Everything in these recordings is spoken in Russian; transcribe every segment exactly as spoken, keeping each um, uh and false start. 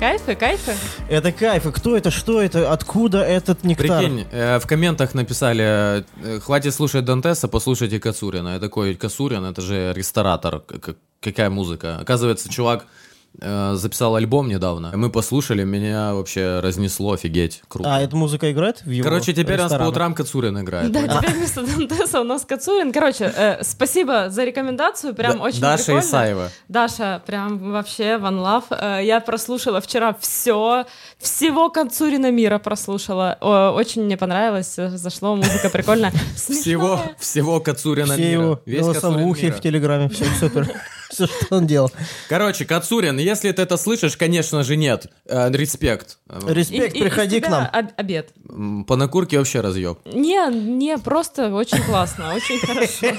Кайфы, кайфы? Это кайфы. Кто это, что это, откуда этот нектар? Прикинь, э, в комментах написали, э, хватит слушать Дантеса, послушайте Кацурина. Я такой, Кацурин, это же ресторатор, к- какая музыка? Оказывается, чувак э, записал альбом недавно, мы послушали, меня вообще разнесло, офигеть, круто. А, эта музыка играет в его Короче, теперь у нас по ресторанах? утрам Кацурин играет. Да, понял? теперь вместо Дантеса у нас Кацурин. Короче, э, спасибо за рекомендацию, прям Да- очень Даша прикольно. Исаева. Даша, прям вообще one love. Э, Я прослушала вчера все, всего Кацурина мира прослушала. О, очень мне понравилось, э, зашло, музыка прикольная. Всего, Смешная. всего Кацурина Все мира. его Весь Кацурин голосовухи мира. в Телеграме, все супер. Все, что он делал. Короче, Кацурин, если ты это слышишь, конечно же нет. Э, респект. Э, Респект, И- и- приходи из к тебя нам. об- обед. м, По накурке вообще разъеб. Не, не, просто очень классно, очень хорошо.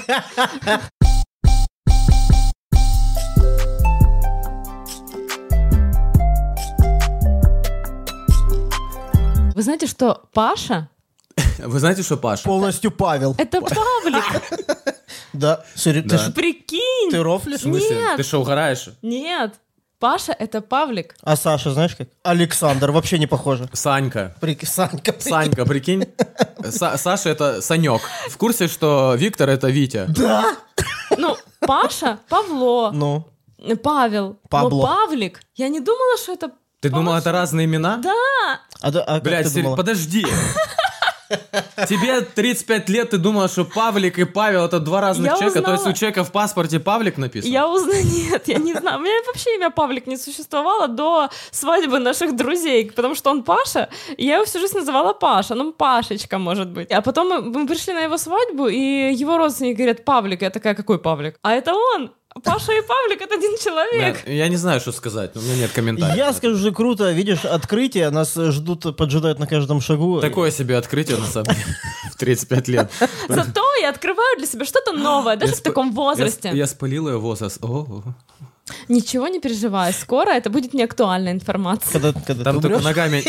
Вы знаете, что Паша Вы знаете, что Паша? Полностью Павел. — это Павлик? Да, сори- ты Да. ж- Прикинь! ты рофлишь? В смысле? Нет. Ты что, угораешь? Нет, Паша — это Павлик. А Саша, знаешь как? Александр, вообще не похоже. Санька. Прик... Санька. прикинь. Санька, прикинь. Са- Саша это Санек. В курсе, что Виктор это Витя? Да. Ну, Паша — Павло, Ну, Павел. Пабло. Но Павлик, я не думала, что это... Ты думал, Паша. это разные имена? Да, а, да- а как Блядь, ты Сер- думала? подожди. Тебе тридцать пять лет, ты думала, что Павлик и Павел это два разных Я человека? То есть у узнала. человека в паспорте Павлик написан? я узнала... Нет, я не знаю. У меня вообще имя Павлик не существовало до свадьбы наших друзей, потому что он Паша, и я его всю жизнь называла Паша, ну, Пашечка, может быть. А потом мы, мы пришли на его свадьбу, и его родственники говорят: Павлик. Я такая: какой Павлик? А это он! Паша и Павлик — это один человек. Да, я не знаю, что сказать, но у меня нет комментариев. Я скажу, что круто, видишь, открытие, нас ждут, поджидают на каждом шагу. Такое себе открытие, на самом деле, в тридцать пять лет. Зато я открываю для себя что-то новое, даже Я в спа- таком Я, возрасте. с- я спалил ее возраст. О, о. Ничего не переживай, скоро это будет неактуальная информация. Когда, когда Там ты только умрешь, ногами...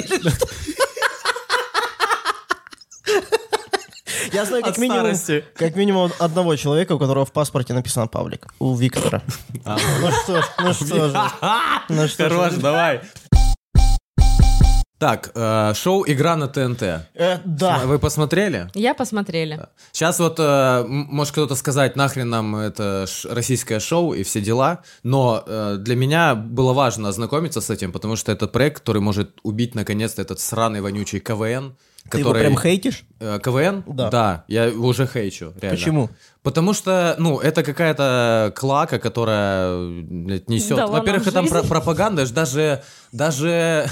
я знаю как от минимум, старости. как минимум одного человека, у которого в паспорте написано Павлик. У Виктора. Ну что ж, ну что же. Ну что Хорош, же. давай. Так, э, шоу «Игра на ТНТ». Э, да. Вы посмотрели? Я посмотрели. Сейчас вот, э, м- может кто-то сказать, нахрен нам это ш- российское шоу и все дела, но э, для меня было важно ознакомиться с этим, потому что это проект, который может убить наконец-то этот сраный вонючий КВН. Ты его который... прям хейтишь? Э, КВН? Да. я уже хейчу, реально. Почему? Потому что, ну, это какая-то клака, которая блядь, несет. Дала нам Во-первых, это жизнь. про- пропаганда, ж даже, даже...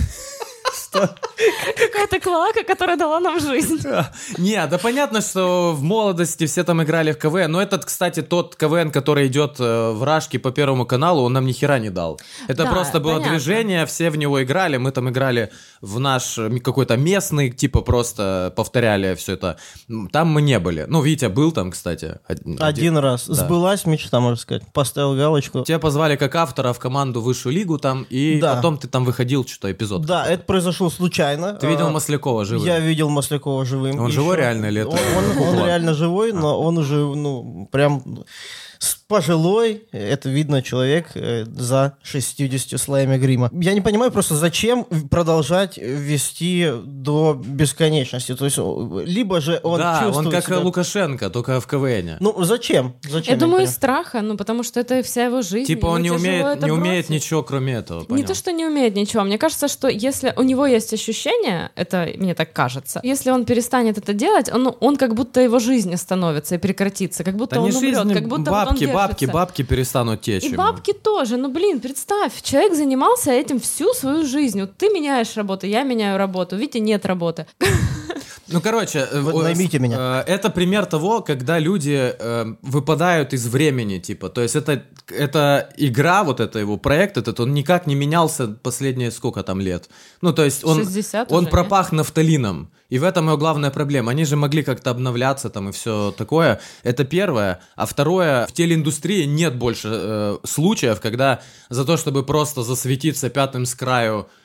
Какая-то клака, которая дала нам жизнь. Не, да понятно, что в молодости все там играли в КВН, но этот, кстати, тот КВН, который идет э, в Рашке по Первому каналу, он нам ни хера не дал. Это Да, просто было понятно. движение, все в него играли, мы там играли в наш э, какой-то местный, типа просто повторяли все это. М, Там мы не были. Ну, Витя был там, кстати. Один, Один раз. Да. Сбылась мечта, можно сказать. Поставил галочку. Тебя позвали как автора в команду высшую лигу там, и Да. потом ты там выходил что-то эпизод. Да, это произошло случайно. Ты видел А, Маслякова живым? Я видел Маслякова живым. Он еще. живой реально или это Он, он- он кукла? реально живой, но он уже, ну, прям с- пожилой, это видно, человек э, за шестьюдесятью слоями грима. Я не понимаю просто, зачем продолжать вести до бесконечности. То есть, о, либо же он да, чувствует он как себя- Лукашенко, только в КВНе. Ну, зачем? Зачем? Я думаю, из не страха, ну, потому что это вся его жизнь. Типа он не ему тяжело умеет, это не умеет бросить. ничего, кроме этого. Не понял? то, что не умеет ничего. Мне кажется, что если у него есть ощущение, это мне так кажется, если он перестанет это делать, он, он как будто его жизнь остановится и прекратится, как будто Да он не умрет, жизнь, как будто вот он бабки, бабки, держится. бабки перестанут течь. И ему. бабки тоже. Ну, блин, представь, человек занимался этим всю свою жизнь. Вот ты меняешь работу, я меняю работу, Витя нет работы. Ну, короче, э, Вот о, наймите с- меня. э, это пример того, когда люди э, выпадают из времени, типа. То есть это, это игра, вот это его проект, этот, он никак не менялся последние сколько там лет. Ну, то есть он, шестьдесят он уже, пропах нафталином. И в этом его главная проблема. Они же могли как-то обновляться там и все такое. Это первое. А второе, в телеиндустрии нет больше э, случаев, когда за то, чтобы просто засветиться пятым с краю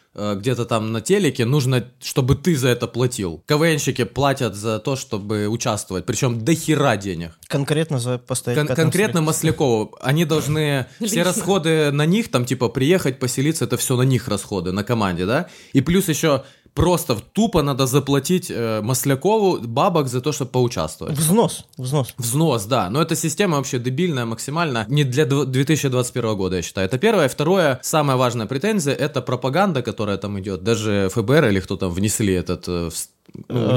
где-то там на телеке, нужно, чтобы ты за это платил. КВНщики платят за то, чтобы участвовать, причем до хера денег. Конкретно за поставить Кон- Конкретно Маслякову. Они должны, все расходы на них, там типа приехать, поселиться, это все на них расходы, на команде, да? И плюс еще просто тупо надо заплатить э, Маслякову бабок за то, чтобы поучаствовать. Взнос, взнос. Взнос, да. Но эта система вообще дебильная максимально. Не для две тысячи двадцать первого года, я считаю. Это первое. Второе, самая важная претензия, это пропаганда, которая там идет. Даже ФБР или кто там внесли этот... Э, ну, у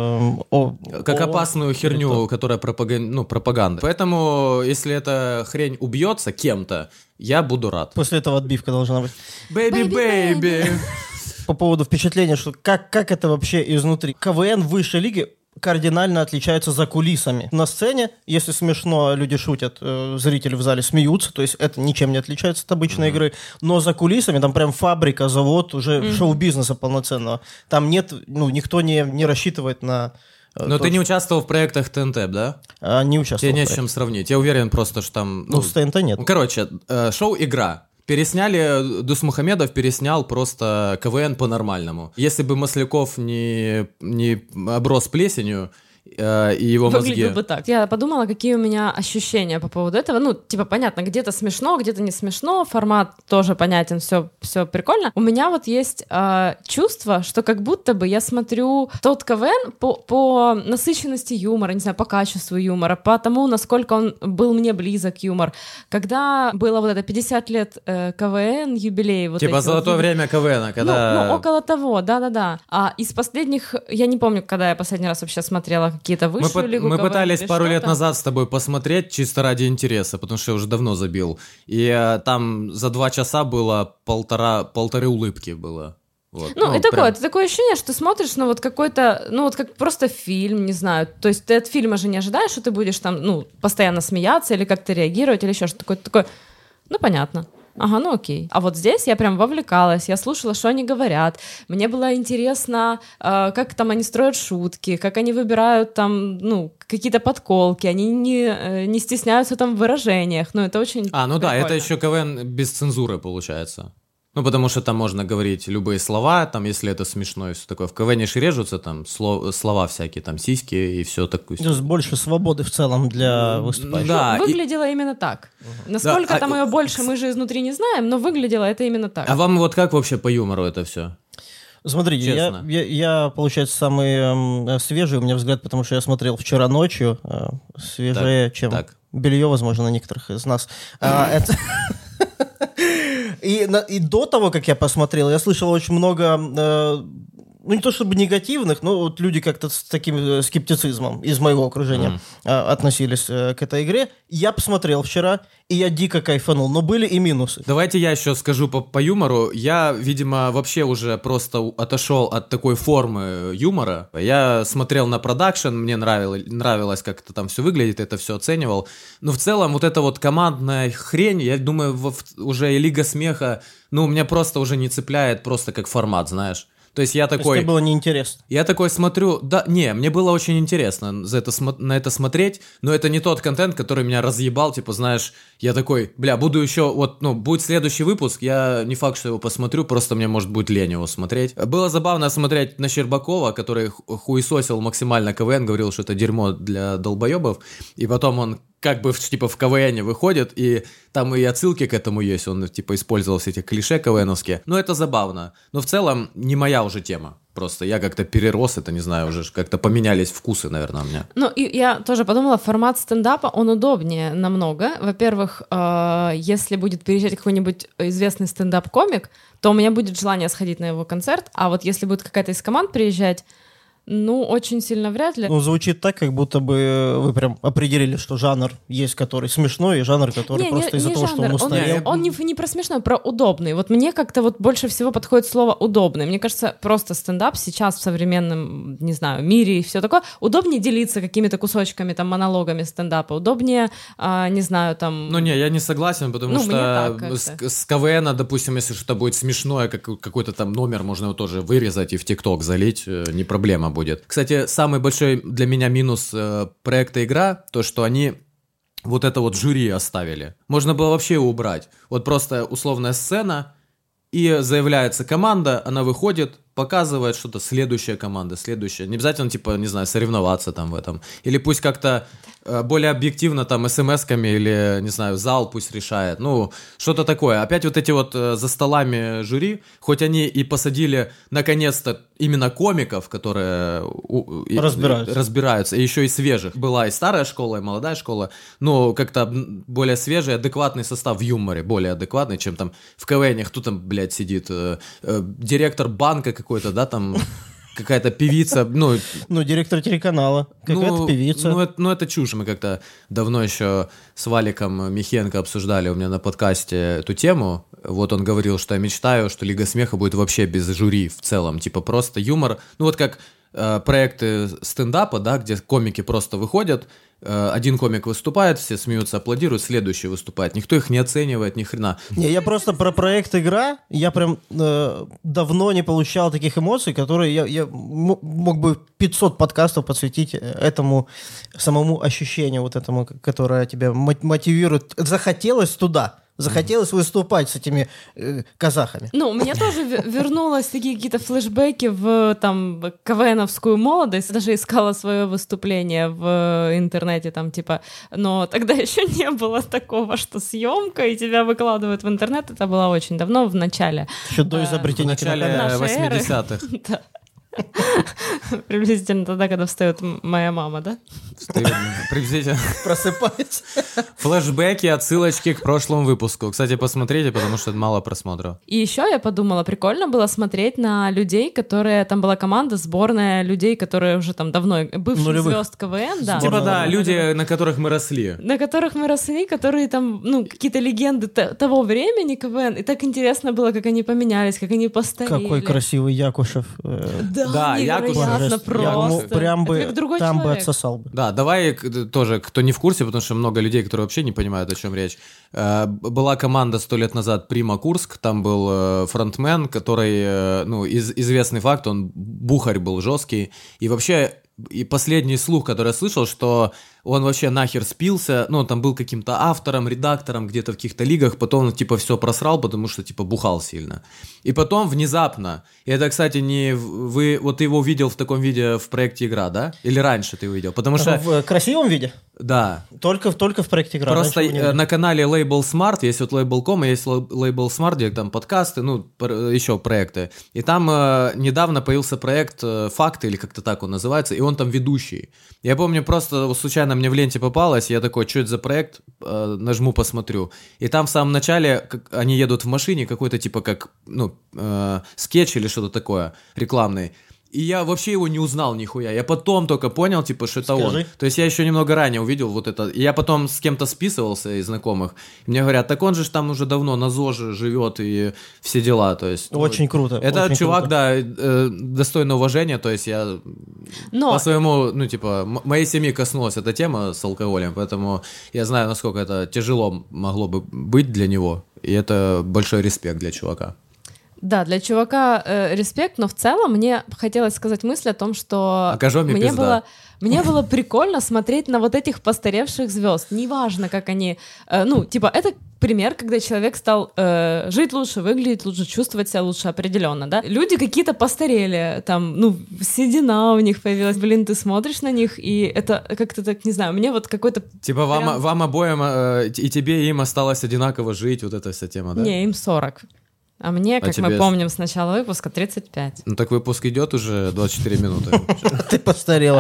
них как опасную херню, которая пропаган... ну, пропаганда. Поэтому, если эта хрень убьется кем-то, я буду рад. После этого отбивка должна быть. Бэйби-бэйби! По поводу впечатления, что как, как это вообще изнутри. КВН высшей лиги кардинально отличается за кулисами. На сцене, если смешно, люди шутят, э, зрители в зале смеются, то есть это ничем не отличается от обычной mm-hmm. игры, но за кулисами там прям фабрика, завод уже mm-hmm. шоу-бизнеса полноценного. Там нет, ну, никто не, не рассчитывает на... Э, но ты не участвовал в проектах ТНТ, да? А, не участвовал. Тебе не с чем сравнить. Я уверен просто, что там... Ну, ну с ТНТ нет. Короче, э, шоу «Игра». Пересняли, Дусмухамедов переснял просто КВН по-нормальному. Если бы Масляков не, не оброс плесенью, э, и его мозги... Выглядел бы так. Я подумала, какие у меня ощущения по поводу этого. Ну, типа, понятно, где-то смешно, где-то не смешно, формат тоже понятен, все, все прикольно. У меня вот есть э, чувство, что как будто бы я смотрю тот КВН по, по насыщенности юмора, не знаю, по качеству юмора, по тому, насколько он был мне близок, юмор. Когда было вот это пятьдесят лет э, КВН, юбилей. Вот типа золотое вот, время КВНа, когда... Ну, ну, около того, да-да-да. А из последних, я не помню, когда я последний раз вообще смотрела какие-то высшие мы лигу Мы КВН пытались пару что-то. лет назад с тобой посмотреть, чисто ради интереса, потому что я уже давно забил. И а, там за два часа было полтора, полторы улыбки было. Вот. Ну, ну, и такое, прям... это такое ощущение, что ты смотришь, ну, вот какой-то, ну, вот как просто фильм, не знаю, то есть ты от фильма же не ожидаешь, что ты будешь там, ну, постоянно смеяться или как-то реагировать или еще что-то такое, такое, ну, понятно. Ага, ну окей. А вот здесь я прям вовлекалась, я слушала, что они говорят. Мне было интересно, э, как там они строят шутки, как они выбирают там, ну, какие-то подколки, они не, э, не стесняются там в выражениях. Ну, это очень А, ну прикольно. да, это еще КВН без цензуры получается. Ну, потому что там можно говорить любые слова, там, если это смешно и все такое. В КВНе же режутся там сло- слова всякие, там, сиськи и все такое. То есть больше свободы в целом для выступающих. Да. Выглядело и... именно так. Угу. Насколько да, там а... ее больше, мы же изнутри не знаем, но выглядело это именно так. А вам вот как вообще по юмору это все? Смотрите, я, я, я, получается, самый э, свежий, у меня взгляд, потому что я смотрел вчера ночью, э, свежее, так, чем так. Белье, возможно, на некоторых из нас. А, это... И, и до того, как я посмотрел, я слышал очень много, э, ну не то чтобы негативных, но вот люди как-то с таким скептицизмом из моего окружения mm. э, относились э, к этой игре. Я посмотрел вчера, и я дико кайфанул, но были и минусы. Давайте я еще скажу по, по юмору. Я, видимо, вообще уже просто отошел от такой формы юмора. Я смотрел на продакшн, мне нравилось, нравилось, как это там все выглядит, это все оценивал. Но в целом вот эта вот командная хрень, я думаю, в, уже и Лига Смеха, ну, меня просто уже не цепляет просто как формат, знаешь. То есть я такой... То есть тебе было неинтересно? Я такой смотрю... Да, не, мне было очень интересно за это, на это смотреть, но это не тот контент, который меня разъебал, типа, знаешь, я такой, бля, буду еще... Вот, ну, будет следующий выпуск, я не факт, что его посмотрю, просто мне, может, будет лень его смотреть. Было забавно смотреть на Щербакова, который хуесосил максимально КВН, говорил, что это дерьмо для долбоебов, и потом он как бы типа в КВНе выходит, и там и отсылки к этому есть, он типа использовал все эти клише КВНовские. Но это забавно. Но в целом не моя уже тема. Просто я как-то перерос это, не знаю, уже как-то поменялись вкусы, наверное, у меня. Ну, и я тоже подумала, формат стендапа, он удобнее намного. Во-первых, э, если будет приезжать какой-нибудь известный стендап-комик, то у меня будет желание сходить на его концерт, а вот если будет какая-то из команд приезжать, ну, очень сильно вряд ли. Ну, звучит так, как будто бы вы прям определили, что жанр есть, который смешной, и жанр, который не, просто не, из-за не того, жанр. что он устарел. Он, он не, не про смешной, про удобный. Вот мне как-то вот больше всего подходит слово «удобный». Мне кажется, просто стендап сейчас в современном, не знаю, мире и все такое, удобнее делиться какими-то кусочками, там, монологами стендапа, удобнее, а, не знаю, там... Ну, не, я не согласен, потому ну, что с, с КВНа, допустим, если что-то будет смешное, как, какой-то там номер, можно его тоже вырезать и в ТикТок залить, не проблема будет. Кстати, самый большой для меня минус э, проекта «Игра», то, что они вот это вот жюри оставили. Можно было вообще убрать. Вот просто условная сцена, и заявляется команда, она выходит, показывает что-то, следующая команда, следующая. Не обязательно, типа, не знаю, соревноваться там в этом. Или пусть как-то э, более объективно там эс-эм-эсками или, не знаю, зал пусть решает. Ну, что-то такое. Опять вот эти вот э, за столами жюри, хоть они и посадили, наконец-то, именно комиков, которые у, и, разбираются. И, разбираются, и еще и свежих. Была и старая школа, и молодая школа, но как-то более свежий, адекватный состав в юморе, более адекватный, чем там в КВН, кто там, блядь, сидит, э, э, директор банка какой-то, да, там какая-то певица, ну... Ну, директор телеканала, какая-то ну, певица. Ну это, ну, это чушь, мы как-то давно еще с Валиком Михенко обсуждали у меня на подкасте эту тему, вот он говорил, что я мечтаю, что Лига Смеха будет вообще без жюри в целом, типа просто юмор, ну вот как э, проекты стендапа, да, где комики просто выходят, э, один комик выступает, все смеются, аплодируют, следующий выступает, никто их не оценивает, ни хрена. Не, я просто про проект «Игра», я прям э, давно не получал таких эмоций, которые я, я м- мог бы пятьсот подкастов посвятить этому самому ощущению, вот этому, которое тебя мотивирует. Захотелось туда. Захотелось выступать с этими э, казахами. Ну, мне тоже вернулось такие какие-то флешбеки в там КВНовскую молодость. Даже искала свое выступление в интернете, там типа, но тогда еще не было такого, что съемка и тебя выкладывают в интернет. Это было очень давно, в начале. Еще до изобретения В начале восьмидесятых. Да. Приблизительно тогда, когда встает моя мама, да? Встает, приблизительно. Просыпается. Флэшбэки, отсылочки к прошлому выпуску. Кстати, посмотрите, потому что мало просмотров. И еще я подумала, прикольно было смотреть на людей, которые... Там была команда, сборная людей, которые уже там давно... Бывших Нулевых. звезд КВН, да. Типа, да, Нулевых. люди, на которых мы росли. На которых мы росли, которые там, ну, какие-то легенды т- того времени КВН. И так интересно было, как они поменялись, как они постарели. Какой красивый Якушев. э, Да, Да, невероятно Божество. просто. Я, ну, прям Это бы как другой там бы человек. отсосал бы. Да, давай к- тоже, кто не в курсе, потому что много людей, которые вообще не понимают, о чем речь. Э, Была команда сто лет назад «Прима Курск», там был э, фронтмен, который, э, ну, из- известный факт, он бухарь был жесткий, и вообще... И последний слух, который я слышал, что он вообще нахер спился, ну, он там был каким-то автором, редактором где-то в каких-то лигах, потом, типа, все просрал, потому что, типа, бухал сильно. И потом внезапно, и это, кстати, не... Вы, вот ты его увидел в таком виде в проекте «Игра», да? Или раньше ты увидел? Потому что... В красивом виде? Да. Только, только в проекте «Игра». Просто раньше его не э, на канале Label Smart есть вот Label точка ком, и есть Label Smart, где там подкасты, ну, пр- еще проекты. И там э, недавно появился проект э, «Факты», или как-то так он называется, и он там ведущий. Я помню, просто случайно мне в ленте попалось, я такой, что это за проект, э, нажму, посмотрю. И там в самом начале как, они едут в машине, какой-то типа как, ну, э, скетч или что-то такое рекламный. И я вообще его не узнал нихуя. Я потом только понял, типа, что это Скажи. он. То есть я еще немного ранее увидел вот это. И я потом с кем-то списывался из знакомых. И мне говорят, так он же ж там уже давно на ЗОЖе живет и все дела. То есть, ну, Очень круто. это очень чувак, круто. да, э, достойно уважения. То есть я Но по своему, ну, типа, м- моей семьи коснулась эта тема с алкоголем. Поэтому я знаю, насколько это тяжело могло бы быть для него. И это большой респект для чувака. да, для чувака э, респект, но в целом мне хотелось сказать мысль о том, что А Кожоме мне пизда. было, мне было прикольно смотреть на вот этих постаревших звезд. Неважно, как они... э, ну, типа, это пример, когда человек стал э, жить лучше, выглядеть лучше, чувствовать себя лучше определенно, да. Люди какие-то постарели, там, ну, седина у них появилась, блин, ты смотришь на них, и это как-то так, не знаю, мне вот какой-то... Типа вам, Прям- вам обоим, э, и тебе, и им осталось одинаково жить, вот эта вся тема, да? Не, им сорок. А мне, как тебе мы ж- помним с начала выпуска, тридцать пять. Ну так выпуск идет уже двадцать четыре минуты. Ты постарела.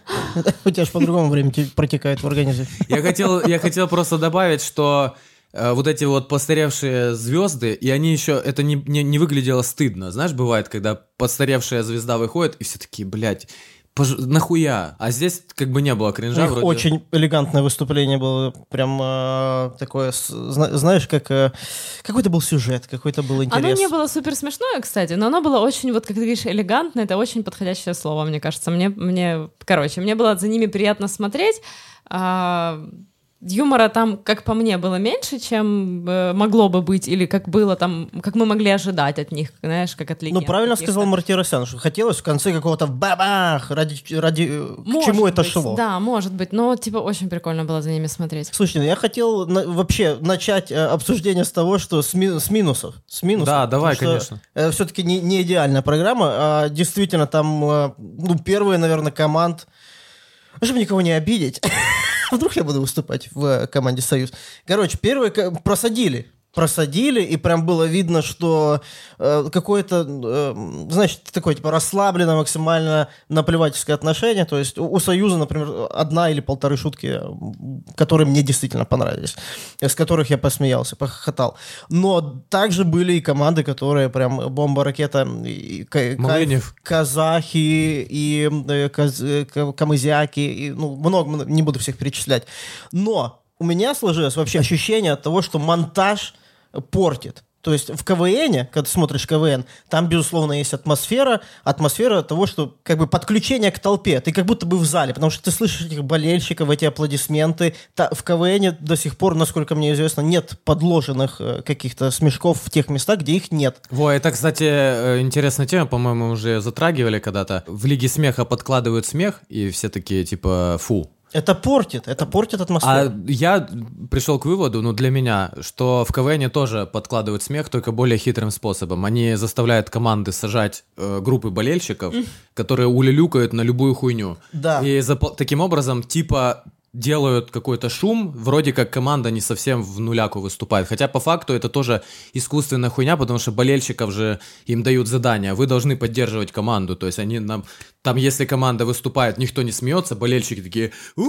У тебя же по-другому время те- протекает в организме. Я хотел, я хотел просто добавить, что э, вот эти вот постаревшие звезды, и они еще, это не, не, не выглядело стыдно. Знаешь, бывает, когда постаревшая звезда выходит, и все такие, блядь, пож... нахуя? А здесь как бы не было У кринжа них вроде. очень элегантное выступление было. Прям э, такое, с- зна- знаешь, как э, какой-то был сюжет, какой-то был интерес. Оно не было супер смешное, кстати, но оно было очень, вот как ты говоришь, элегантно, это очень подходящее слово, мне кажется. Мне, мне, короче, мне было за ними приятно смотреть. А, юмора там, как по мне, было меньше, чем э, могло бы быть, или как было там, как мы могли ожидать от них, знаешь, как от легенд. Ну, правильно каких-то. сказал Мартиросян, что хотелось в конце какого-то бабах, ради, ради к Может чему это быть, шло. Да, может быть, но, типа, очень прикольно было за ними смотреть. Слушайте, ну я хотел на, вообще начать э, обсуждение с того, что с, ми, с минусов. С минусов. Да, давай, что, конечно. Э, все-таки не, не идеальная программа, а действительно там, э, ну, первые, наверное, команд, чтобы никого не обидеть. Вдруг я буду выступать в команде «Союз». Короче, первые просадили. Просадили, и прям было видно, что э, какое-то, э, значит, такое, типа, расслабленное, максимально наплевательское отношение. То есть у, у «Союза», например, одна или полторы шутки, которые мне действительно понравились, с которых я посмеялся, похохотал. Но также были и команды, которые прям бомба-ракета, и, Малынев. казахи, и э, каз, э, камызяки, и, ну, много, не буду всех перечислять. Но у меня сложилось вообще ощущение от того, что монтаж портит. То есть в КВНе, когда ты смотришь КВН, там, безусловно, есть атмосфера, атмосфера того, что как бы подключение к толпе. Ты как будто бы в зале, потому что ты слышишь этих болельщиков, эти аплодисменты. Та, в КВНе до сих пор, насколько мне известно, нет подложенных э, каких-то смешков в тех местах, где их нет. Во, это, кстати, интересная тема, по-моему, уже затрагивали когда-то. В Лиге смеха подкладывают смех, и все такие, типа, фу. Это портит, это портит атмосферу. А я пришел к выводу, ну, для меня, что в КВНе тоже подкладывают смех, только более хитрым способом. Они заставляют команды сажать э, группы болельщиков, mm. которые улюлюкают на любую хуйню. Да. И за, таким образом, типа, делают какой-то шум, вроде как команда не совсем в нуляку выступает. Хотя по факту это тоже искусственная хуйня, потому что болельщиков же им дают задания. Вы должны поддерживать команду. То есть они нам... Там, если команда выступает, никто не смеется, болельщики такие...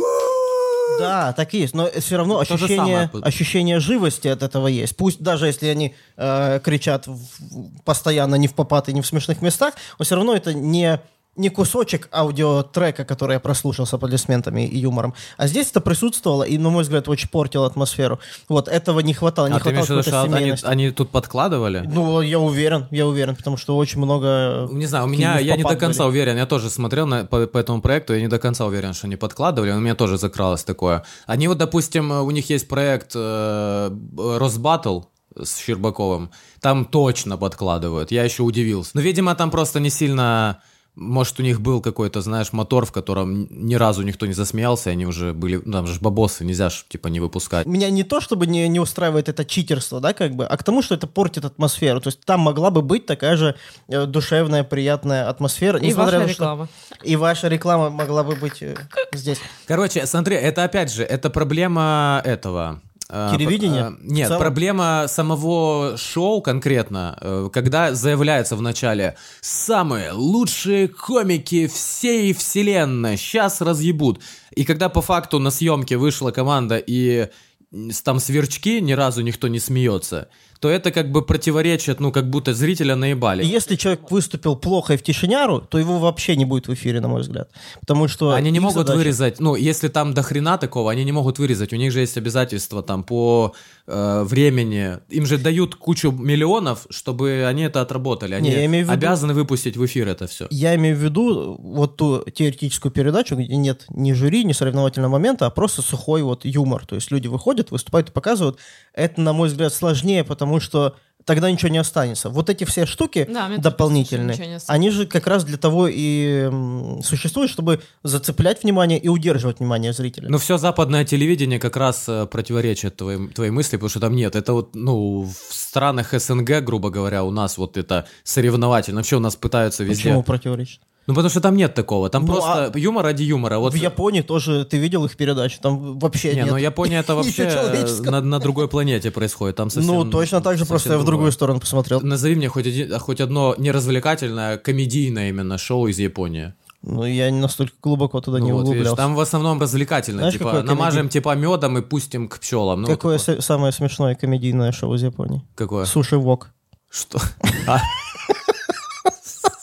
У-у-у! Да, так и есть, но все равно ощущение, ощущение живости от этого есть. Пусть даже если они э, кричат в, постоянно не в попад и не в смешных местах, но все равно это не... не кусочек аудиотрека, который я прослушал с аплодисментами и юмором. А здесь это присутствовало и, на мой взгляд, очень портило атмосферу. Вот, этого не хватало. Не а хватало ты имеешь в виду, что они, они тут подкладывали? Ну, я уверен, я уверен, потому что очень много... Не знаю, у меня, я не до конца уверен, я тоже смотрел на, по, по этому проекту, я не до конца уверен, что они подкладывали, у меня тоже закралось такое. Они вот, допустим, у них есть проект э, Росбаттл с Щербаковым, там точно подкладывают, я еще удивился. Но, видимо, там просто не сильно... Может, у них был какой-то, знаешь, мотор, в котором ни разу никто не засмеялся, и они уже были... Ну, там же бабосы, нельзя ж, типа, не выпускать. Меня не то, чтобы не, не устраивает это читерство, да, как бы, а к тому, что это портит атмосферу. То есть там могла бы быть такая же э, душевная, приятная атмосфера. И ваша на, реклама. Что... И ваша реклама могла бы быть э, здесь. Короче, смотри, это опять же, это проблема этого... Телевидение? Нет, проблема самого шоу конкретно, когда заявляется в начале «самые лучшие комики всей вселенной, сейчас разъебут». И когда по факту на съемке вышла команда и там сверчки, ни разу никто не смеется, то это как бы противоречит, ну, как будто зрителя наебали. Если человек выступил плохо и в тишиняру, то его вообще не будет в эфире, на мой взгляд. Потому что... Они не могут задача... вырезать, ну, если там до хрена такого, они не могут вырезать. У них же есть обязательства там по э, времени. Им же дают кучу миллионов, чтобы они это отработали. Они не, виду... обязаны выпустить в эфир это все. Я имею в виду вот ту теоретическую передачу, где нет ни жюри, ни соревновательного момента, а просто сухой вот юмор. То есть люди выходят, выступают и показывают. Это, на мой взгляд, сложнее, потому что тогда ничего не останется. Вот эти все штуки да, дополнительные, они же как раз для того и существуют, чтобы зацеплять внимание и удерживать внимание зрителя. Но все западное телевидение как раз противоречит твоей, твоей мысли, потому что там нет. Это вот, ну, в странах СНГ, грубо говоря, у нас вот это соревновательно. Вообще у нас пытаются везде... Почему противоречит? Ну, потому что там нет такого. Там ну, просто а юмор ради юмора. Вот... В Японии тоже, ты видел их передачу, там вообще не, нет. Не, ну Япония это вообще на, на другой планете происходит. Там совсем, ну, точно так же, просто я в другую сторону посмотрел. Назови мне хоть, один, хоть одно неразвлекательное, комедийное именно шоу из Японии. Ну, я не настолько глубоко туда ну, не вот, углублялся. Видишь, там в основном развлекательное. Знаешь, типа намажем комедий... типа медом и пустим к пчелам. Ну, какое вот с- самое смешное комедийное шоу из Японии? Какое? Суши Вок. Что?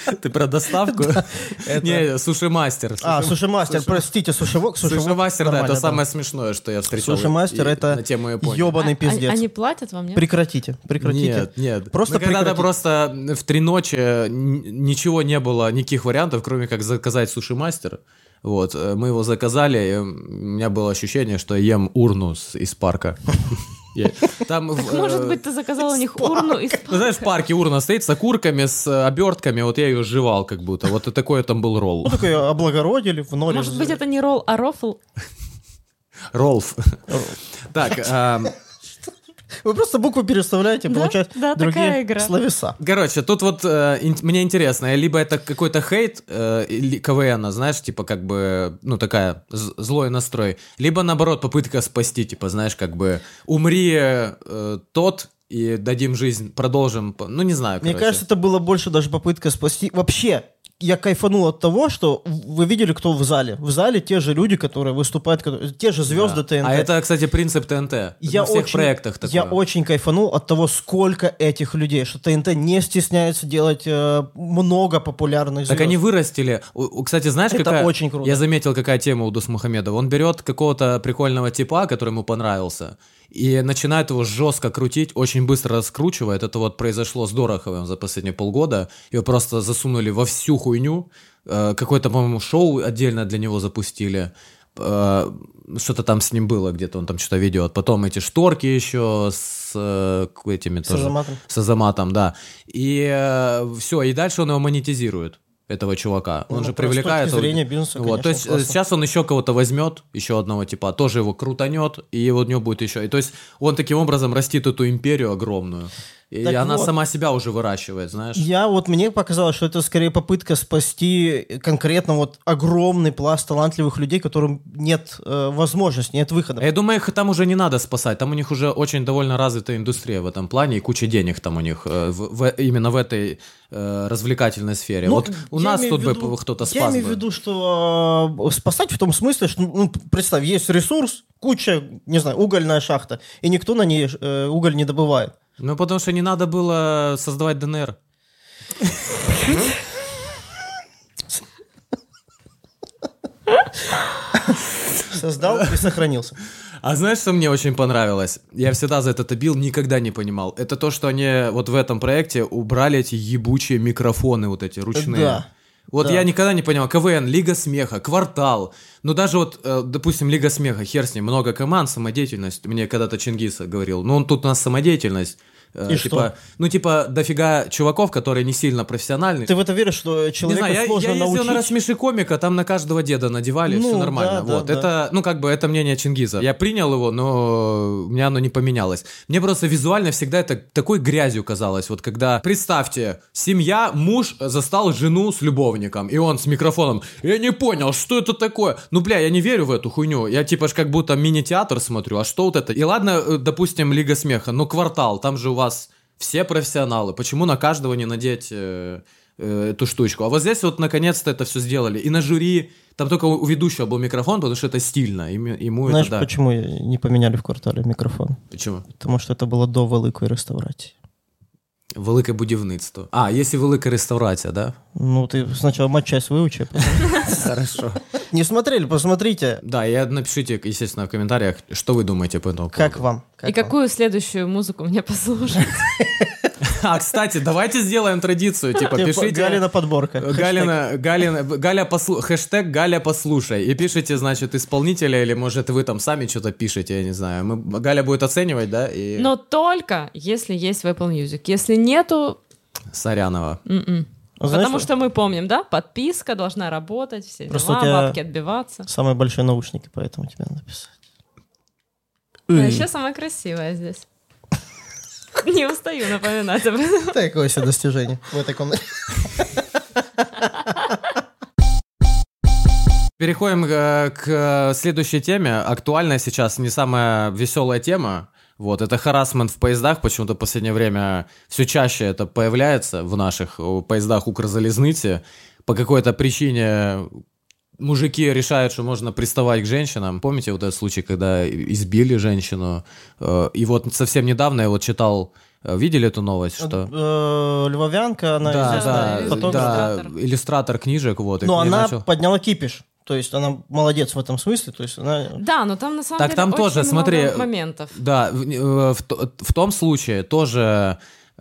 Ты про доставку? Не, суши-мастер. А, суши-мастер, простите, сушевок, Суши-мастер, да, это самое смешное, что я встречал. Суши-мастер — это ёбаный пиздец. Они платят вам, нет? Прекратите, прекратите. Нет, нет. Просто когда-то просто в три ночи ничего не было, никаких вариантов, кроме как заказать суши-мастер. Вот, мы его заказали, и у меня было ощущение, что я ем урну из парка. Там, может быть, ты заказал у них урну из парка? Ну, знаешь, в парке урна стоит с окурками, с обертками, вот я ее жевал как будто. Вот и такой там был ролл. Ну, такой облагородили в ноле. Может быть, это не ролл, а рофл? Ролф. Так, вы просто буквы переставляете, да? получать да, другие словеса. Короче, тут вот э, ин- мне интересно, либо это какой-то хейт э, КВН, знаешь, типа как бы, ну такая з- злой настрой, либо наоборот попытка спасти, типа, знаешь, как бы умри э, тот и дадим жизнь, продолжим, ну не знаю, Мне короче. кажется, это было больше даже попытка спасти. Вообще, я кайфанул от того, что вы видели, кто в зале. В зале те же люди, которые выступают, которые, те же звезды Да. ТНТ. А это, кстати, принцип ТНТ. Я На всех очень, проектах такое. Я очень кайфанул от того, сколько этих людей, что ТНТ не стесняется делать э, много популярных звезд. Так они вырастили. У- у- Кстати, знаешь, Это какая... очень круто. Я заметил, какая тема у Дусмухамедова. Он берет какого-то прикольного типа, который ему понравился, и начинает его жестко крутить, очень быстро раскручивает. Это вот произошло с Дороховым за последние полгода. Его просто засунули во всю хуйню. Э, Какое-то, по-моему, шоу отдельно для него запустили. Э, Что-то там с ним было где-то, он там что-то ведет. Потом эти шторки еще с э, этими С тоже. Азаматом. С Азаматом, да. И все, и дальше он его монетизирует, этого чувака. Он Ну, же просто привлекает... с точки зрения бизнеса, вот, то конечно, есть э, классно. сейчас он еще кого-то возьмет, еще одного типа, тоже его крутанет, и у него будет еще... И то есть он таким образом растит эту империю огромную. И Так она вот. сама себя уже выращивает, знаешь. Я вот, мне показалось, что это скорее попытка спасти конкретно вот огромный пласт талантливых людей, которым нет э, возможности, нет выхода. Я думаю, их там уже не надо спасать. Там у них уже очень довольно развитая индустрия в этом плане, и куча денег там у них э, в, в- именно в этой э, развлекательной сфере. Ну, вот у я нас имею тут в виду- бы кто-то Я спас имею в бы. виду, что э, спасать в том смысле, что, ну, представь, есть ресурс, куча, не знаю, угольная шахта, и никто на ней э, уголь не добывает. Ну, потому что не надо было создавать ДНР. Создал и сохранился. А знаешь, что мне очень понравилось? Я всегда за это бил, никогда не понимал. Это то, что они вот в этом проекте убрали эти ебучие микрофоны вот эти ручные. Да. Вот Да. я никогда не понимал. КВН, Лига Смеха, Квартал. Ну даже вот, э, допустим, Лига Смеха, хер с ним, много команд, самодеятельность. Мне когда-то Чингис говорил, ну он тут у нас самодеятельность. Э, И типа, что? Ну типа дофига чуваков, которые не сильно профессиональны. Ты в это веришь, что Не человека знаю, я, сложно я ездил научить? на рассмеши комика, там на каждого деда надевали, Ну, все нормально. да, да, вот. да. Это, ну, как бы, это мнение Чингиза. Я принял его, но у меня оно не поменялось. Мне просто визуально всегда это такой грязью казалось. Вот когда, представьте, семья, муж застал жену с любовником, и он с микрофоном, я не понял, что это такое? Ну, бля, я не верю в эту хуйню. Я типа ж как будто мини-театр смотрю, а что вот это? И ладно, э, допустим, Лига Смеха, но Квартал, там же у вас все профессионалы. Почему на каждого не надеть э, э, эту штучку? А вот здесь вот наконец-то это все сделали. И на жюри, там только у ведущего был микрофон, потому что это стильно. Ему, ему Знаешь, это да. почему не поменяли в квартале микрофон? Почему? Потому что это было до великої реставрації. Велике будівництво. А, если велика реставрация, да? Ну, ты сначала матчасть выучи. а потом- Хорошо. Не смотрели, посмотрите. Да, и напишите, естественно, в комментариях, что вы думаете по этому Как поводу. вам? И Как вам? какую следующую музыку мне послушать? А, кстати, давайте сделаем традицию, типа, Типа, пишите... Галина подборка. Галина, Галина, Галя послу... хэштег Галя послушай. И пишите, значит, исполнителя, или, может, вы там сами что-то пишете, я не знаю. Мы... Галя будет оценивать, да? И... Но только если есть в Apple Music. Если нету, Сорянова. м-м. Знаешь, Потому что мы помним, да? Подписка должна работать, все Просто дела, у тебя- бабки отбиваться. Самые большие наушники, поэтому тебе надо писать. А Эй. еще самая красивая здесь. Не устаю напоминать об этом. Такое себе достижение в этой комнате. Переходим э, к следующей теме. Актуальная сейчас, не самая веселая тема. Вот, это харассмент в поездах. Почему-то в последнее время все чаще это появляется в наших э, поездах Укрзалезницы. По какой-то причине мужики решают, что можно приставать к женщинам. Помните вот этот случай, когда избили женщину? Э, И вот совсем недавно я вот читал Видели эту новость, что... Э, Львовянка, она Да, известная да, фотограф. да, иллюстратор. иллюстратор книжек, вот. и Но к ней она начал- подняла кипиш. То есть она молодец в этом смысле. То есть она... Да, но там на самом Так деле там очень тоже, много смотри, моментов. Да, в, э, в, то- в том случае тоже,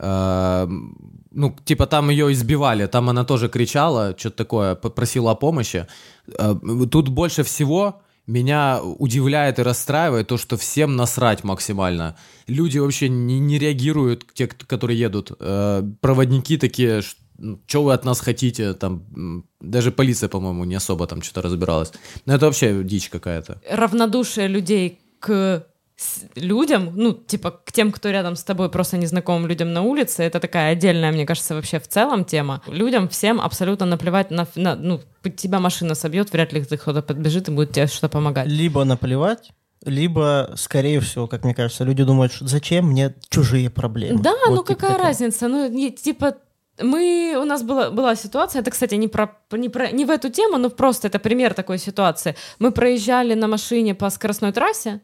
э, ну, типа там ее избивали, там она тоже кричала, что-то такое, попросила о помощи. Э, тут больше всего меня удивляет и расстраивает то, что всем насрать максимально. Люди вообще не, не реагируют, те, кто- которые едут. Э, проводники такие, что вы от нас хотите, там, м, даже полиция, по-моему, не особо там что-то разбиралась. Но это вообще дичь какая-то. Равнодушие людей к с- людям, ну, типа, к тем, кто рядом с тобой, просто незнакомым людям на улице, это такая отдельная, мне кажется, вообще в целом тема. Людям всем абсолютно наплевать на, на ну, тебя машина собьет, вряд ли ты кто-то подбежит и будет тебе что-то помогать. Либо наплевать, либо, скорее всего, как мне кажется, люди думают, что зачем мне чужие проблемы. Да, Вот ну типа какая такая. разница? Ну, не- типа, мы, у нас была, была ситуация, это, кстати, не, про, не, про, не в эту тему, но просто это пример такой ситуации. Мы проезжали на машине по скоростной трассе,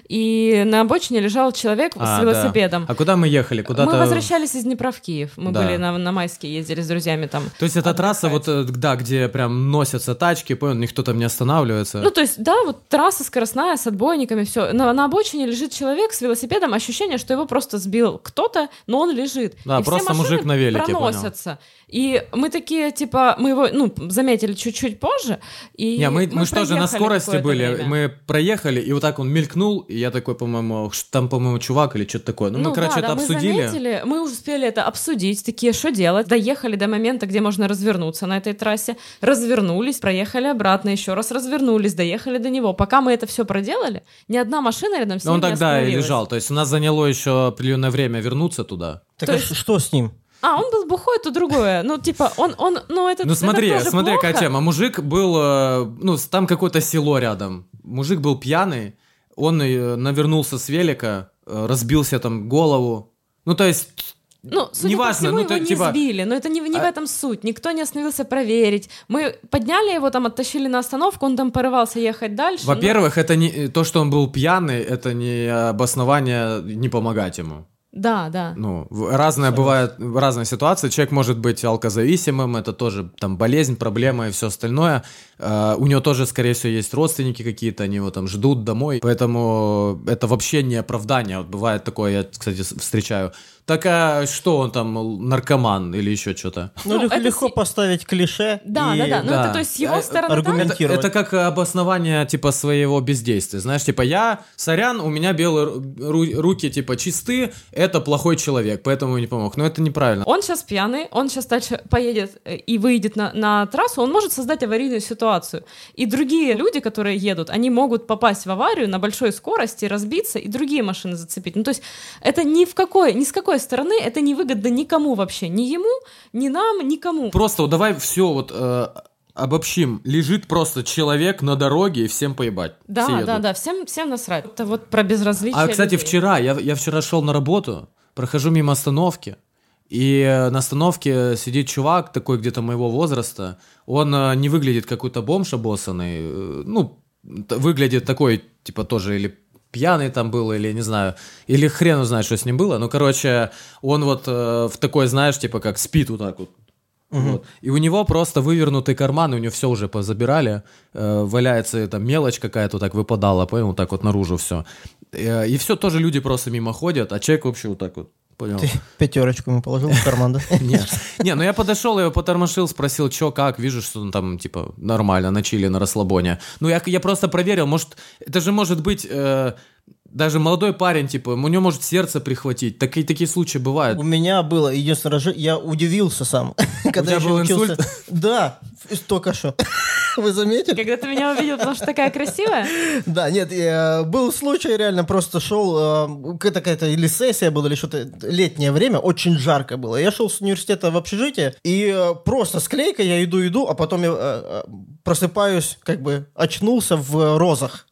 и на обочине лежал человек А, с велосипедом. да. А куда мы ехали? Куда-то... Мы возвращались из Днепра в Киев. Мы Да. были на, на Майске, ездили с друзьями там. То есть это отдыхать. трасса, вот, э, да, где прям носятся тачки, понял, никто там не останавливается. Ну, то есть, да, вот трасса скоростная с отбойниками, все. На, на обочине лежит человек с велосипедом, ощущение, что его просто сбил кто-то, но он лежит. Да, И все просто машины мужик на велике, проносятся. И мы такие, типа, мы его, ну, заметили чуть-чуть позже. И Не, мы, мы, что же на проехали скорости какое-то были, время. мы проехали, и вот так он мелькнул, и я такой, по-моему, ш- там, по-моему, чувак или что-то такое. Ну, мы, короче, да, это да, обсудили. Мы заметили, мы уже успели это обсудить, такие, что делать. Доехали до момента, где можно развернуться на этой трассе, развернулись, проехали обратно, еще раз развернулись, доехали до него. Пока мы это все проделали, ни одна машина рядом с Но ним он не тогда и остановилась. лежал, то есть у нас заняло еще определенное время вернуться туда. Так То а есть- ш- что с ним? А, он был бухой, то другое. Ну, типа, он, он, ну, это Ну это смотри, тоже смотри, плохо. какая тема. Мужик был, э, ну, с- там какое-то село рядом. Мужик был пьяный, он э, навернулся с велика, э, разбился там голову. Ну, то есть... Ну, судя неважно, по всему, ну, его то, не типа- сбили, но это не, в- не в А- этом суть. Никто не остановился проверить. Мы подняли его, там, оттащили на остановку, он там порывался ехать дальше. но- Во-первых, это не то, что он был пьяный, это не обоснование не помогать ему. Да, да. Ну, в- разное бывает, разные ситуации. Человек может быть алкозависимым, это тоже там болезнь, проблема и все остальное. Э, у него тоже, скорее всего, есть родственники какие-то, они его там ждут домой. Поэтому это вообще не оправдание. Вот бывает такое, я, кстати, с- встречаю. Так а что он там, наркоман или еще что-то? Ну, Ну, лег- это легко си- поставить клише. Да, и- да, да. Ну, да. это, то есть, с его А, стороны... аргумент- там- Это, это как обоснование, типа, своего бездействия. Знаешь, типа, я, сорян, у меня белые ру- руки, типа, чисты, это плохой человек, поэтому не помог. Но это неправильно. Он сейчас пьяный, он сейчас дальше поедет э, и выйдет на, на трассу, он может создать аварийную ситуацию. И другие люди, которые едут, они могут попасть в аварию на большой скорости, разбиться и другие машины зацепить. Ну, то есть это ни в какой, ни с какой стороны это не выгодно никому вообще. Ни ему, ни нам, никому. Просто вот давай все вот э, обобщим. Лежит просто человек на дороге и всем поебать. Все Да, едут. да, да, всем, всем насрать. Это вот про безразличие А, кстати, людей. вчера, я, я вчера шел на работу, прохожу мимо остановки, и э, на остановке сидит чувак такой где-то моего возраста, он э, не выглядит как какой-то бомж обоссанный, э, ну, т- выглядит такой, типа, тоже или пьяный там был, или не знаю, или хрен его знает, что с ним было, ну, короче, он вот э, в такой, знаешь, типа, как спит вот так вот. Вот. И у него просто вывернутый карман, и у него все уже позабирали, э, валяется там мелочь какая-то, вот так выпадала, понял, вот так вот наружу все. Э, и все тоже люди просто мимо ходят, а человек вообще вот так вот, понял. Ты пятерочку ему положил в карман, да? Нет. Не, ну я подошел, я его потормошил, спросил, что, как, вижу, что он там, типа, нормально, на чили, на расслабоне. Ну, я, я просто проверил, может, это же может быть э, даже молодой парень, типа, у него может сердце прихватить. Такие, такие случаи бывают. У меня было, единственное, раз, я удивился сам, когда тебя я еще был учился. инсульт? Да, только что. Вы заметили? Когда ты меня увидел, потому что такая красивая? Да, нет, я- был случай, реально просто шел, э, какая-то какая-то или сессия была, или что-то, летнее время, очень жарко было. Я шел с университета в общежитие, и э, просто склейкой я иду-иду, а потом я э, э, просыпаюсь, как бы очнулся в розах.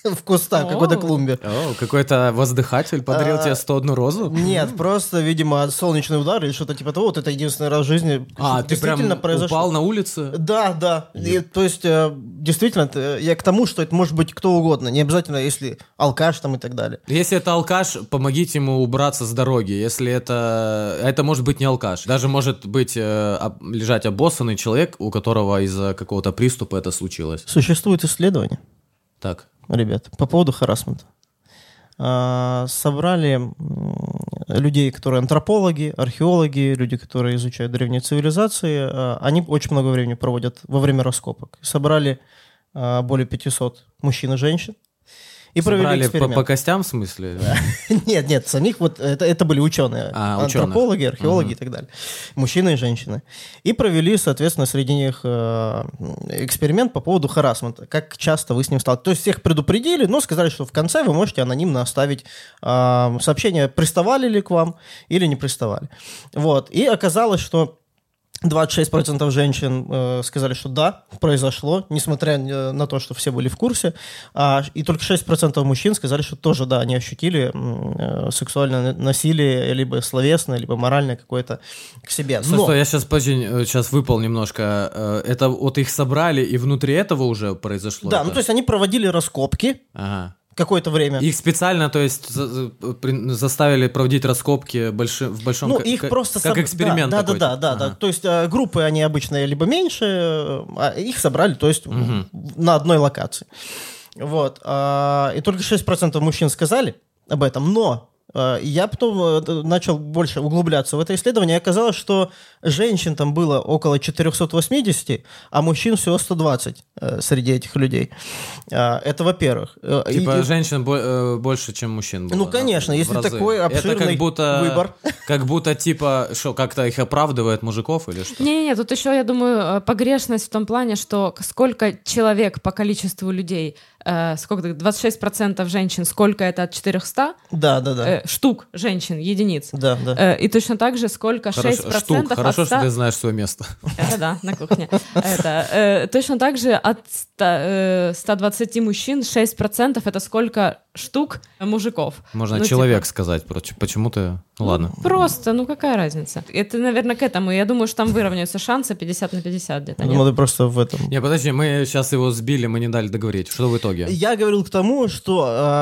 в кустах, в какой-то клумбе. О, какой-то воздыхатель подарил тебе сто одну розу? Нет, просто, видимо, солнечный удар или что-то типа того. Вот это единственный раз в жизни А, ты прям произошло. Упал на улице? Да, да. И, то есть, действительно, я к тому, что это может быть кто угодно. Не обязательно, если алкаш там и так далее. Если это алкаш, помогите ему убраться с дороги. Если это... Это может быть не алкаш. Даже может быть э, лежать обоссанный человек, у которого из-за какого-то приступа это случилось. Существует исследование, Так. ребят, по поводу харассмента. Собрали людей, которые антропологи, археологи, люди, которые изучают древние цивилизации. Они очень много времени проводят во время раскопок. Собрали более пятисот мужчин и женщин. И Собрали эксперимент. По, по костям, в смысле? Нет, нет, самих вот это, это были ученые, а, антропологи, археологи угу. и так далее, мужчины и женщины. И провели, соответственно, среди них э, эксперимент по поводу харассмента, как часто вы с ним сталкиваетесь. То есть всех предупредили, но сказали, что в конце вы можете анонимно оставить э, сообщение, приставали ли к вам или не приставали. Вот. И оказалось, что двадцать шесть процентов женщин э, сказали, что да, произошло, несмотря на то, что все были в курсе. А, и только шесть процентов мужчин сказали, что тоже, да, они ощутили э, сексуальное насилие, либо словесное, либо моральное какое-то к себе. Стой, стой, я сейчас, подожди, сейчас выпал немножко. Это вот их собрали, и внутри этого уже произошло? Да, это? ну то есть они проводили раскопки. Ага. Какое-то время. Их специально, то есть, за, заставили проводить раскопки больши, в большом... Ну, их как, просто... Как соб... эксперимент да, такой. Да, да, да, ага. да. То есть группы, они обычно либо меньше, а их собрали, то есть, угу. на одной локации. Вот. И только шесть процентов мужчин сказали об этом, но... Я потом начал больше углубляться в это исследование, и оказалось, что женщин там было около четыреста восемьдесят, а мужчин всего сто двадцать среди этих людей. Это во-первых. Типа и, женщин больше, чем мужчин было? Ну, конечно, да, если такой обширный это как будто, выбор. Как будто, типа, что, как-то их оправдывает мужиков или что? Не-не-не, тут еще, я думаю, погрешность в том плане, что сколько человек по количеству людей, э, сколько, двадцать шесть процентов женщин, сколько это от четырехсот? Да, да, да. Э, штук женщин, единиц. Да, да. Э, и точно так же, сколько шесть процентов штук. от ста... Хорошо, что ты знаешь свое место. Это да, на кухне. Это, э, точно так же от ста двадцати мужчин шесть процентов это сколько штук мужиков. Можно ну, человек типа... сказать, почему ты... Ну ладно. Просто, ну какая разница? Это, наверное, к этому. Я думаю, что там выровняются шансы пятьдесят на пятьдесят где-то. Я думаю, ты просто в этом... Не, подожди, мы сейчас его сбили, мы не дали договорить. Что в итоге? Я говорил к тому, что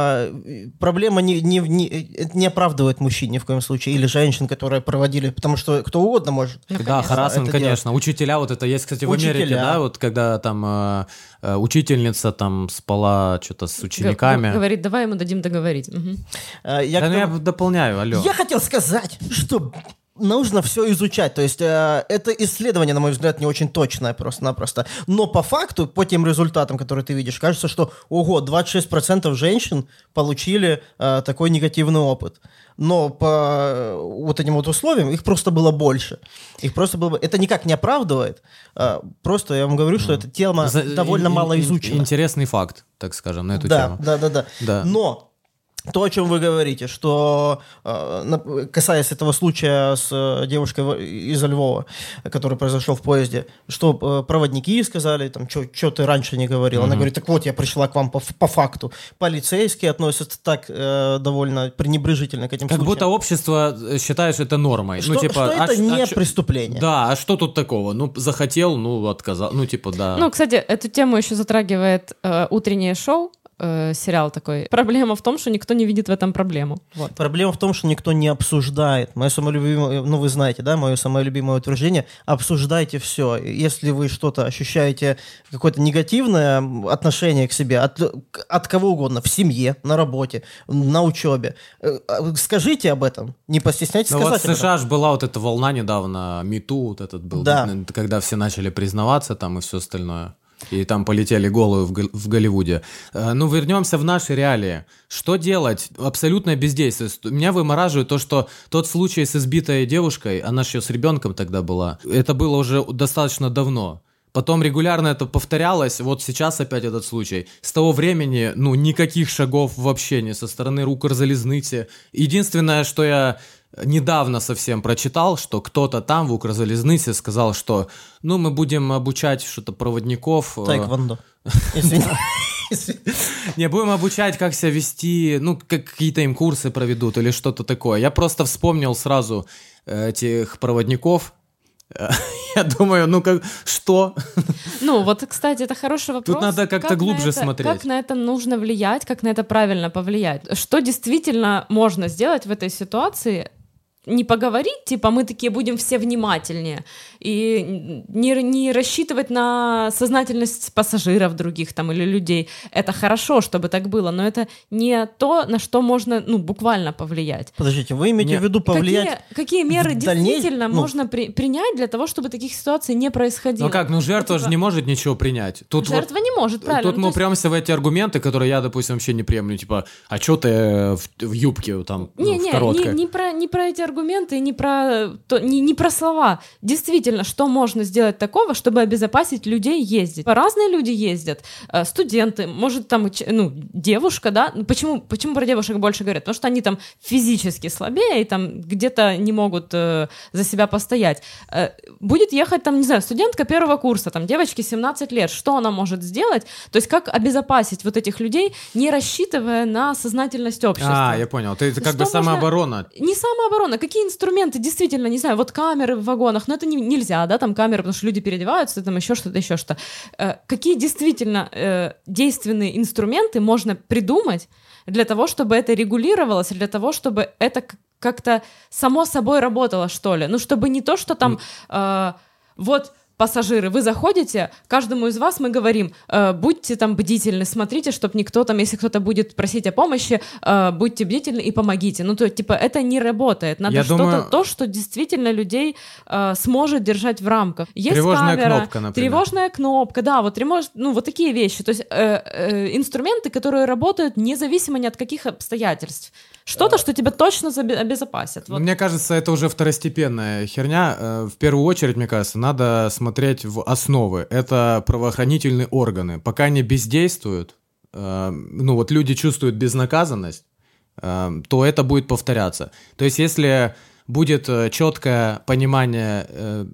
э, проблема не, не, не, не оправдывает мужчин ни в коем случае, или женщин, которые проводили, потому что кто угодно может. Ну, да, харассмент, конечно. Делать. Учителя, вот это есть, кстати, в Учителя. Америке, да, вот когда там э, э, учительница там спала что-то с учениками. Г- говорит, давай ему дадим договорить. Угу. Э, я, да, кто... ну, я дополняю, алло. Я хотел сказать, что нужно все изучать. То есть э, это исследование, на мой взгляд, не очень точное просто-напросто. Но по факту, по тем результатам, которые ты видишь, кажется, что, ого, двадцать шесть процентов женщин получили э, такой негативный опыт. Но по э, вот этим вот условиям их просто было больше. Их просто было... Это никак не оправдывает. Э, просто я вам говорю, что эта тема За... довольно ин- мало ин- изучена. Интересный факт, так скажем, на эту да, тему. Да, да, да, да. Но... То, о чем вы говорите, что касаясь этого случая с девушкой из Львова, который произошел в поезде, что проводники сказали, там, что ты раньше не говорил. Mm-hmm. Она говорит, так вот, я пришла к вам по, по факту. Полицейские относятся так э, довольно пренебрежительно к этим как случаям. Будто общество считает это нормой. Что, ну, типа, что это а, не а, преступление. Да, а что тут такого? Ну, захотел, ну, отказал. Ну, типа, да. Ну, кстати, эту тему еще затрагивает э, утреннее шоу. Сериал такой. Проблема в том, что никто не видит в этом проблему. Вот. Проблема в том, что никто не обсуждает. Мое самое любимое, ну вы знаете, да, мое самое любимое утверждение: обсуждайте все. Если вы что-то ощущаете, какое-то негативное отношение к себе, от, от кого угодно, в семье, на работе, на учебе, скажите об этом, не постесняйтесь Но сказать. Вот в США же была вот эта волна недавно, MeToo, вот этот был, да. когда все начали признаваться там и все остальное. И там полетели головы в, в Голливуде. Ну, вернемся в наши реалии. Что делать? Абсолютное бездействие. Меня вымораживает то, что тот случай с избитой девушкой, она еще с ребенком тогда была, это было уже достаточно давно. Потом регулярно это повторялось, вот сейчас опять этот случай. С того времени, ну, никаких шагов вообще не со стороны Укрзалізниці. Единственное, что я недавно совсем прочитал, что кто-то там в Укрзалізниці сказал, что, ну, мы будем обучать что-то проводников. Тэквондо. Извини. Не, будем обучать, как себя вести, ну, как какие-то им курсы проведут или что-то такое. Я просто вспомнил сразу этих проводников. Я думаю, ну как, что? Ну, вот, кстати, это хороший вопрос. Тут надо как-то как глубже это, смотреть. Как на это нужно влиять, как на это правильно повлиять? Что действительно можно сделать в этой ситуации? Не поговорить, типа, мы такие будем все внимательнее, и не, не рассчитывать на сознательность пассажиров других там или людей. Это хорошо, чтобы так было, но это не то, на что можно, ну, буквально повлиять. Подождите, вы имеете Нет. в виду повлиять? Какие, какие меры дальней... действительно ну... можно при, принять для того, чтобы таких ситуаций не происходило? Ну как, ну жертва ну, же типа... не может ничего принять. Тут Жертва вот, не может, правильно. Тут ну, мы есть... упрямся в эти аргументы, которые я, допустим, вообще не приемлю. Типа, а что ты в, в юбке там, не, ну, в не, короткой? Не, не, про, не про эти аргументы, не про, то, не, не про слова. Действительно, что можно сделать такого, чтобы обезопасить людей ездить? Разные люди ездят. Студенты, может, там, ну, девушка, да? Почему, почему про девушек больше говорят? Потому что они там физически слабее и там где-то не могут э, за себя постоять. Э, будет ехать там, не знаю, студентка первого курса, там, девочке семнадцать лет. Что она может сделать? То есть как обезопасить вот этих людей, не рассчитывая на сознательность общества? А, я понял. Ты, это как Что бы самооборона. Можно... Не самооборона. Какие инструменты действительно, не знаю, вот камеры в вагонах, но это не, нельзя, да, там камеры, потому что люди переодеваются, там еще что-то, еще что. Э, какие действительно э, действенные инструменты можно придумать для того, чтобы это регулировалось, для того, чтобы это как-то само собой работало, что ли? Ну, чтобы не то, что там э, вот... Пассажиры, вы заходите, каждому из вас мы говорим, э, будьте там бдительны, смотрите, чтобы никто там, если кто-то будет просить о помощи, э, будьте бдительны и помогите. Ну, то, типа, это не работает. Надо Я что-то, думаю... то, что действительно людей э, сможет держать в рамках. Есть тревожная камера, кнопка, например. Тревожная кнопка, да, вот, тревож... ну, вот такие вещи. То есть э, э, инструменты, которые работают независимо ни от каких обстоятельств. Что-то, что тебя точно обезопасит. Вот. Мне кажется, это уже второстепенная херня. В первую очередь, мне кажется, надо смотреть в основы. Это правоохранительные органы. Пока они бездействуют, ну вот люди чувствуют безнаказанность, то это будет повторяться. То есть если будет четкое понимание э,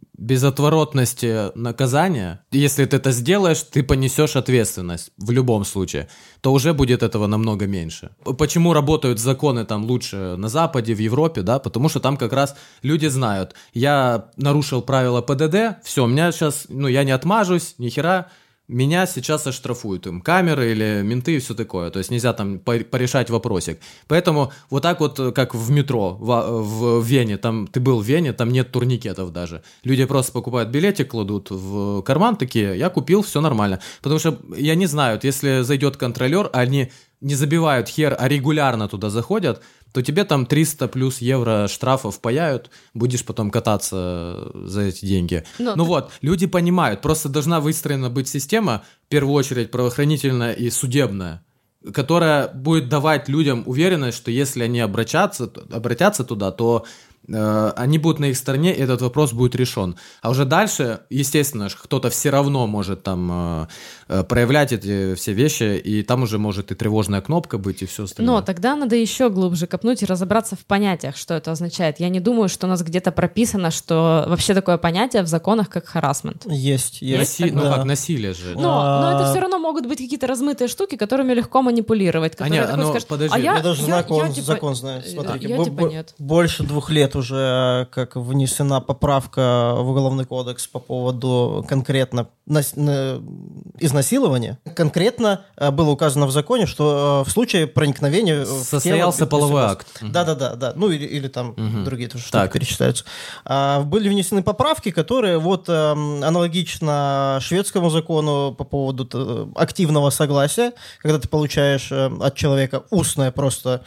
безотворотности наказания, если ты это сделаешь, ты понесешь ответственность в любом случае, то уже будет этого намного меньше. Почему работают законы там лучше на Западе, в Европе, да, потому что там как раз люди знают, я нарушил правила ПДД, все, у меня сейчас, ну, я не отмажусь, ни хера, меня сейчас оштрафуют им камеры или менты и все такое. То есть нельзя там порешать вопросик. Поэтому вот так вот, как в метро в, в Вене, там ты был в Вене, там нет турникетов даже. Люди просто покупают билетик, кладут в карман такие, я купил, все нормально. Потому что я не знаю, если зайдет контролер, они не забивают хер, а регулярно туда заходят, то тебе там триста плюс евро штрафов паяют, будешь потом кататься за эти деньги. Но ну так... вот, люди понимают, просто должна выстроена быть система, в первую очередь правоохранительная и судебная, которая будет давать людям уверенность, что если они обратятся, обратятся туда, то э, они будут на их стороне, и этот вопрос будет решен. А уже дальше, естественно, кто-то все равно может там э, проявлять эти все вещи, и там уже может и тревожная кнопка быть, и все остальное. Но тогда надо еще глубже копнуть и разобраться в понятиях, что это означает. Я не думаю, что у нас где-то прописано, что вообще такое понятие в законах, как харассмент. Есть, есть. Наси... Да. Ну как, насилие же. Но, А... но это все равно могут быть какие-то размытые штуки, которыми легко манипулировать. А нет, такой ну, скажет, подожди. а я, я даже я, закон, я, типа, закон знаю. Смотрите, я, бо- типа, бо- нет. больше двух лет уже как внесена поправка в Уголовный кодекс по поводу конкретно нас- на- изнасилования. Конкретно э, было указано в законе, что э, в случае проникновения в тело... Состоялся половой акт. Да-да-да, да. Ну или, или там Мгм. другие тоже штуки Так. перечисляются. А, были внесены поправки, которые вот э, аналогично шведскому закону по поводу э, активного согласия, когда ты получаешь э, от человека устное просто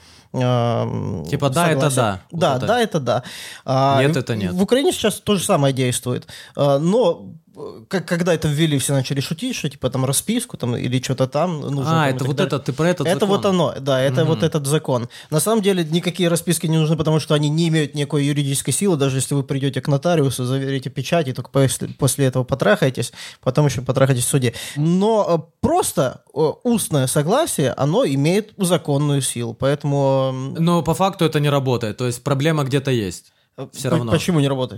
э, Типа да, это согласие. да. Вот Да, это. да, это да. А, Нет, в- это нет. В Украине сейчас то же самое действует. А, но как, когда это ввели, все начали шутить, что типа там расписку там, или что-то там нужно. А, там, и это так вот далее. это, ты про этот Это закон. вот оно, да, это Мгм. вот этот закон. На самом деле никакие расписки не нужны, потому что они не имеют никакой юридической силы, даже если вы придете к нотариусу, заверите печать, и только после, после этого потрахаетесь, потом еще потрахаетесь в суде. Но э, просто э, устное согласие, оно имеет законную силу, поэтому... Но по факту это не работает, то есть проблема где-то есть. э, всё по- равно. Почему не работает?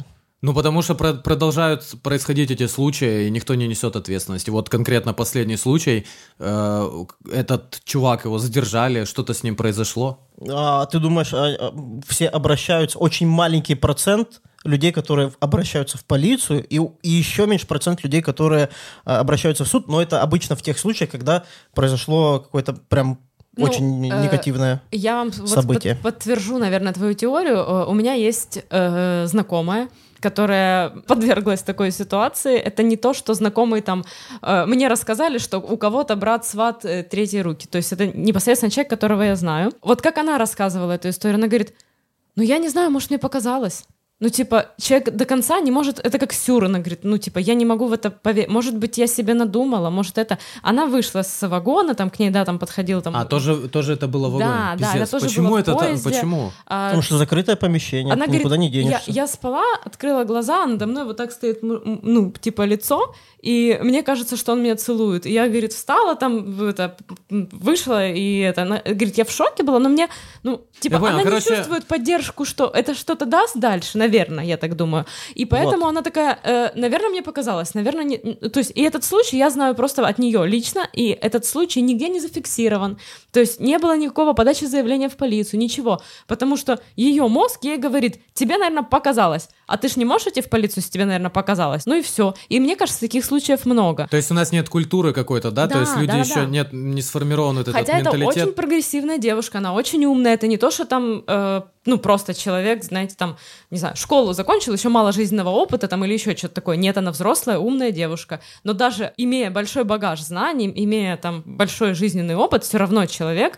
Ну, потому что про- продолжают происходить эти случаи, и никто не несет ответственности. Вот конкретно последний случай, э, этот чувак, его задержали, что-то с ним произошло. А ты думаешь, а, а, все обращаются, очень маленький процент людей, которые обращаются в полицию, и, и еще меньше процент людей, которые а, обращаются в суд, но это обычно в тех случаях, когда произошло какое-то прям Ну, очень э, негативное Я вам событие. Вот под, подтвержу, наверное, твою теорию. Э, У меня есть э, знакомая, которая подверглась такой ситуации. Это не то, что знакомые там... Э, мне рассказали, что у кого-то брат-сват э, третьей руки. То есть это непосредственно человек, которого я знаю. Вот как она рассказывала эту историю, она говорит, ну я не знаю, может, мне показалось. Ну, типа, человек до конца не может... Это как Сюр, она говорит, ну, типа, я не могу в это поверить. Может быть, я себе надумала, может, это... Она вышла с вагона, там, к ней, да, там, подходил... Там... А, тоже, тоже это было в вагоне? Да, да, Пиздец. это тоже Почему было в это так? поезде. Почему? А, Потому что закрытое помещение, она никуда говорит, не я, денешься. я спала, открыла глаза, надо мной вот так стоит, ну, типа, лицо, и мне кажется, что он меня целует. И я, говорит, встала там, это, вышла, и это... Она говорит, я в шоке была, но мне, ну, типа, понял, она короче... не чувствует поддержку, что это что-то даст дальше, наверное, я так думаю. И поэтому Вот. она такая, э, наверное, мне показалось, наверное, не... То есть, и этот случай я знаю просто от нее лично, и этот случай нигде не зафиксирован. То есть, не было никакого подачи заявления в полицию, ничего. Потому что ее мозг ей говорит, тебе, наверное, показалось. А ты ж не можешь идти в полицию, если тебе, наверное, показалось. Ну и все. И мне кажется, таких случаев много. То есть у нас нет культуры какой-то, да? Да, То есть люди да, еще да. нет, не сформирован вот Хотя этот это менталитет. очень прогрессивная девушка, она очень умная. Это не то, что там, э, ну, просто человек, знаете, там, не знаю, школу закончил, еще мало жизненного опыта там или еще что-то такое. Нет, она взрослая, умная девушка. Но даже имея большой багаж знаний, имея там большой жизненный опыт, все равно человек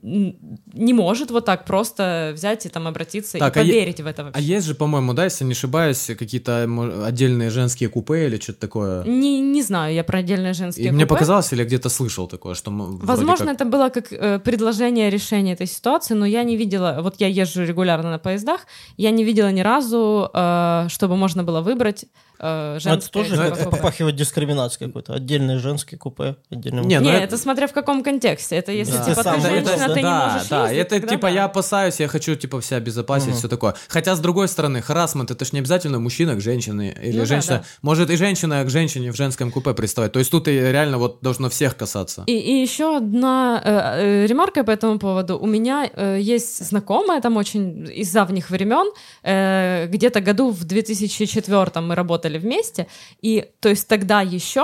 не может вот так просто взять и там обратиться Так, и а е- поверить в это вообще. А есть же, по-моему, да, если не ошибаюсь, какие-то мо- отдельные женские купе или что-то такое? Не, не знаю я про отдельные женские И мне купе. показалось, или я где-то слышал такое, что... м, вроде Возможно, как- это было как э, предложение решения этой ситуации, но я не видела, вот я езжу регулярно на поездах, я не видела ни разу, э, чтобы можно было выбрать э, Ну, это женское тоже либо как- купе. попахивает дискриминацией какой-то. Отдельные женские купе, отдельные... Не, ну Не, это- это смотря в каком контексте. Это если, Да. типа, Ты сам ты женщина, выбрал, ты не да, можешь да, ездить, это тогда типа да. я опасаюсь, я хочу типа себя обезопасить, все такое. Хотя с другой стороны, харассмент это ж не обязательно мужчина к женщине или Ну да, женщина, да. может и женщина к женщине в женском купе приставать. То есть тут и реально вот должно всех касаться. И, и еще одна э, э, ремарка по этому поводу. У меня э, есть знакомая, там очень из давних времен, э, где-то году в две тысячи четвёртом мы работали вместе, и то есть тогда еще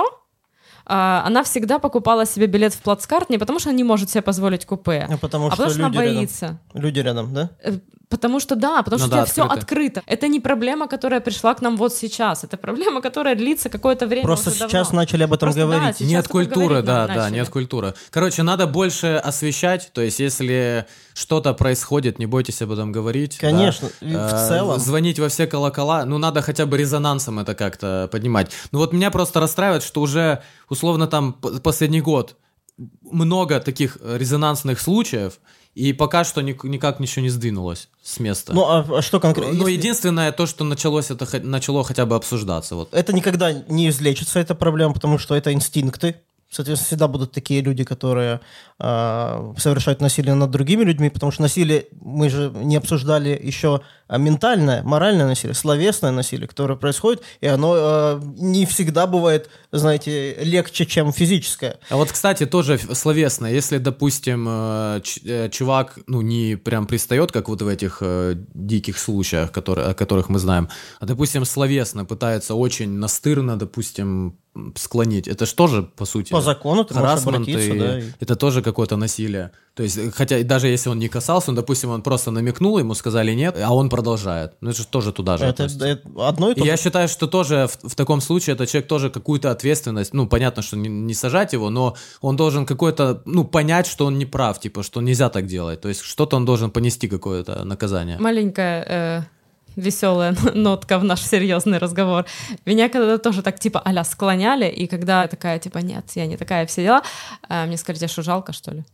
э, она всегда покупала себе билет в плацкарт не потому, что она не может себе позволить купе, Ну, потому а что потому что она люди рядом. боится. Люди рядом, да? Э, Потому что да, потому Ну что да, у тебя все открыто. открыто. Это не проблема, которая пришла к нам вот сейчас. Это проблема, которая длится какое-то время. Просто уже сейчас давно. начали об этом Просто да, говорить. сейчас Нет только культуры, говорить да, нам да, начали. нет культуры. Короче, надо больше освещать, то есть если что-то происходит, не бойтесь об этом говорить. да. Конечно, и в Э, целом. Звонить во все колокола, ну надо хотя бы резонансом это как-то поднимать. Ну вот меня просто расстраивает, что уже условно там п- последний год много таких резонансных случаев, и пока что ник- никак ничего не сдвинулось с места. Ну, а, а что конкретно? Ну, Если- единственное, то, что началось, это хо- начало хотя бы обсуждаться. Вот. Это никогда не излечится, эта проблема, потому что это инстинкты. Соответственно, всегда будут такие люди, которые э, совершают насилие над другими людьми, потому что насилие, мы же не обсуждали еще а, ментальное, моральное насилие, словесное насилие, которое происходит, и оно э, не всегда бывает, знаете, легче, чем физическое. А вот, кстати, тоже ф- словесно, если, допустим, э, ч- э, чувак, ну, не прям пристает, как вот в этих э, диких случаях, которые, о которых мы знаем, а, допустим, словесно пытается очень настырно, допустим, м, склонить, это же тоже, по сути, По закону ты можешь харассмент, обратиться, и да. и- это тоже какое-то насилие. То есть, э, хотя и даже если он не касался, он, допустим, он просто намекнул, ему сказали нет, а он продолжает. Ну, это же тоже туда же Это, относится. это одно и то И же. я считаю, что тоже в, в таком случае этот человек тоже какую-то ответственность, ну, понятно, что не, не сажать его, но он должен какой-то, ну, понять, что он не прав, типа, что нельзя так делать. То есть что-то он должен понести, какое-то наказание. Маленькая э, веселая нотка в наш серьезный разговор. Меня когда-то тоже так типа а-ля склоняли, и когда я такая типа нет, я не такая, все дела, э, мне сказали, тебе что, жалко, что ли?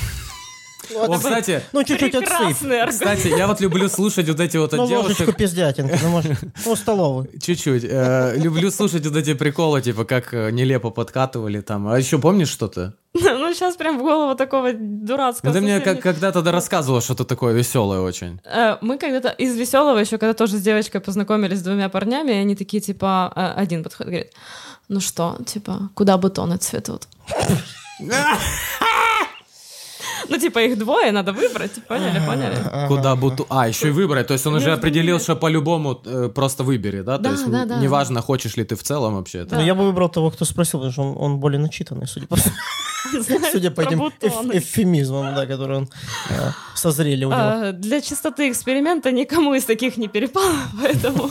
О, кстати, Ну, чуть-чуть отсыпь. Прекрасный аргумент. кстати, я вот люблю слушать вот эти вот Ну, от ложечку девушек, пиздятинки, ну, может, ну, столовую. чуть-чуть, э, люблю слушать вот эти приколы, типа, как э, нелепо подкатывали там. А еще помнишь что-то? Ну, вот сейчас прям в голову такого дурацкого. Ты мне соседа. как, когда-то рассказывала что-то такое веселое очень. Мы когда-то из веселого еще, когда тоже с девочкой познакомились с двумя парнями, и они такие, типа, один подходит, говорит, ну что, типа, куда бутоны цветут? Ну, типа, их двое, надо выбрать, поняли, поняли? Куда буту... А, еще и выбрать, то есть он уже определил, что по-любому э, просто выбери, да? Да, то есть да, да. неважно, хочешь ли ты в целом вообще это. Ну, я бы выбрал того, кто спросил, потому что он, он более начитанный, судя по, судя по этим эф- эвфемизмам, да, которые он э, созрели у него. А, для чистоты эксперимента никому из таких не перепало, поэтому...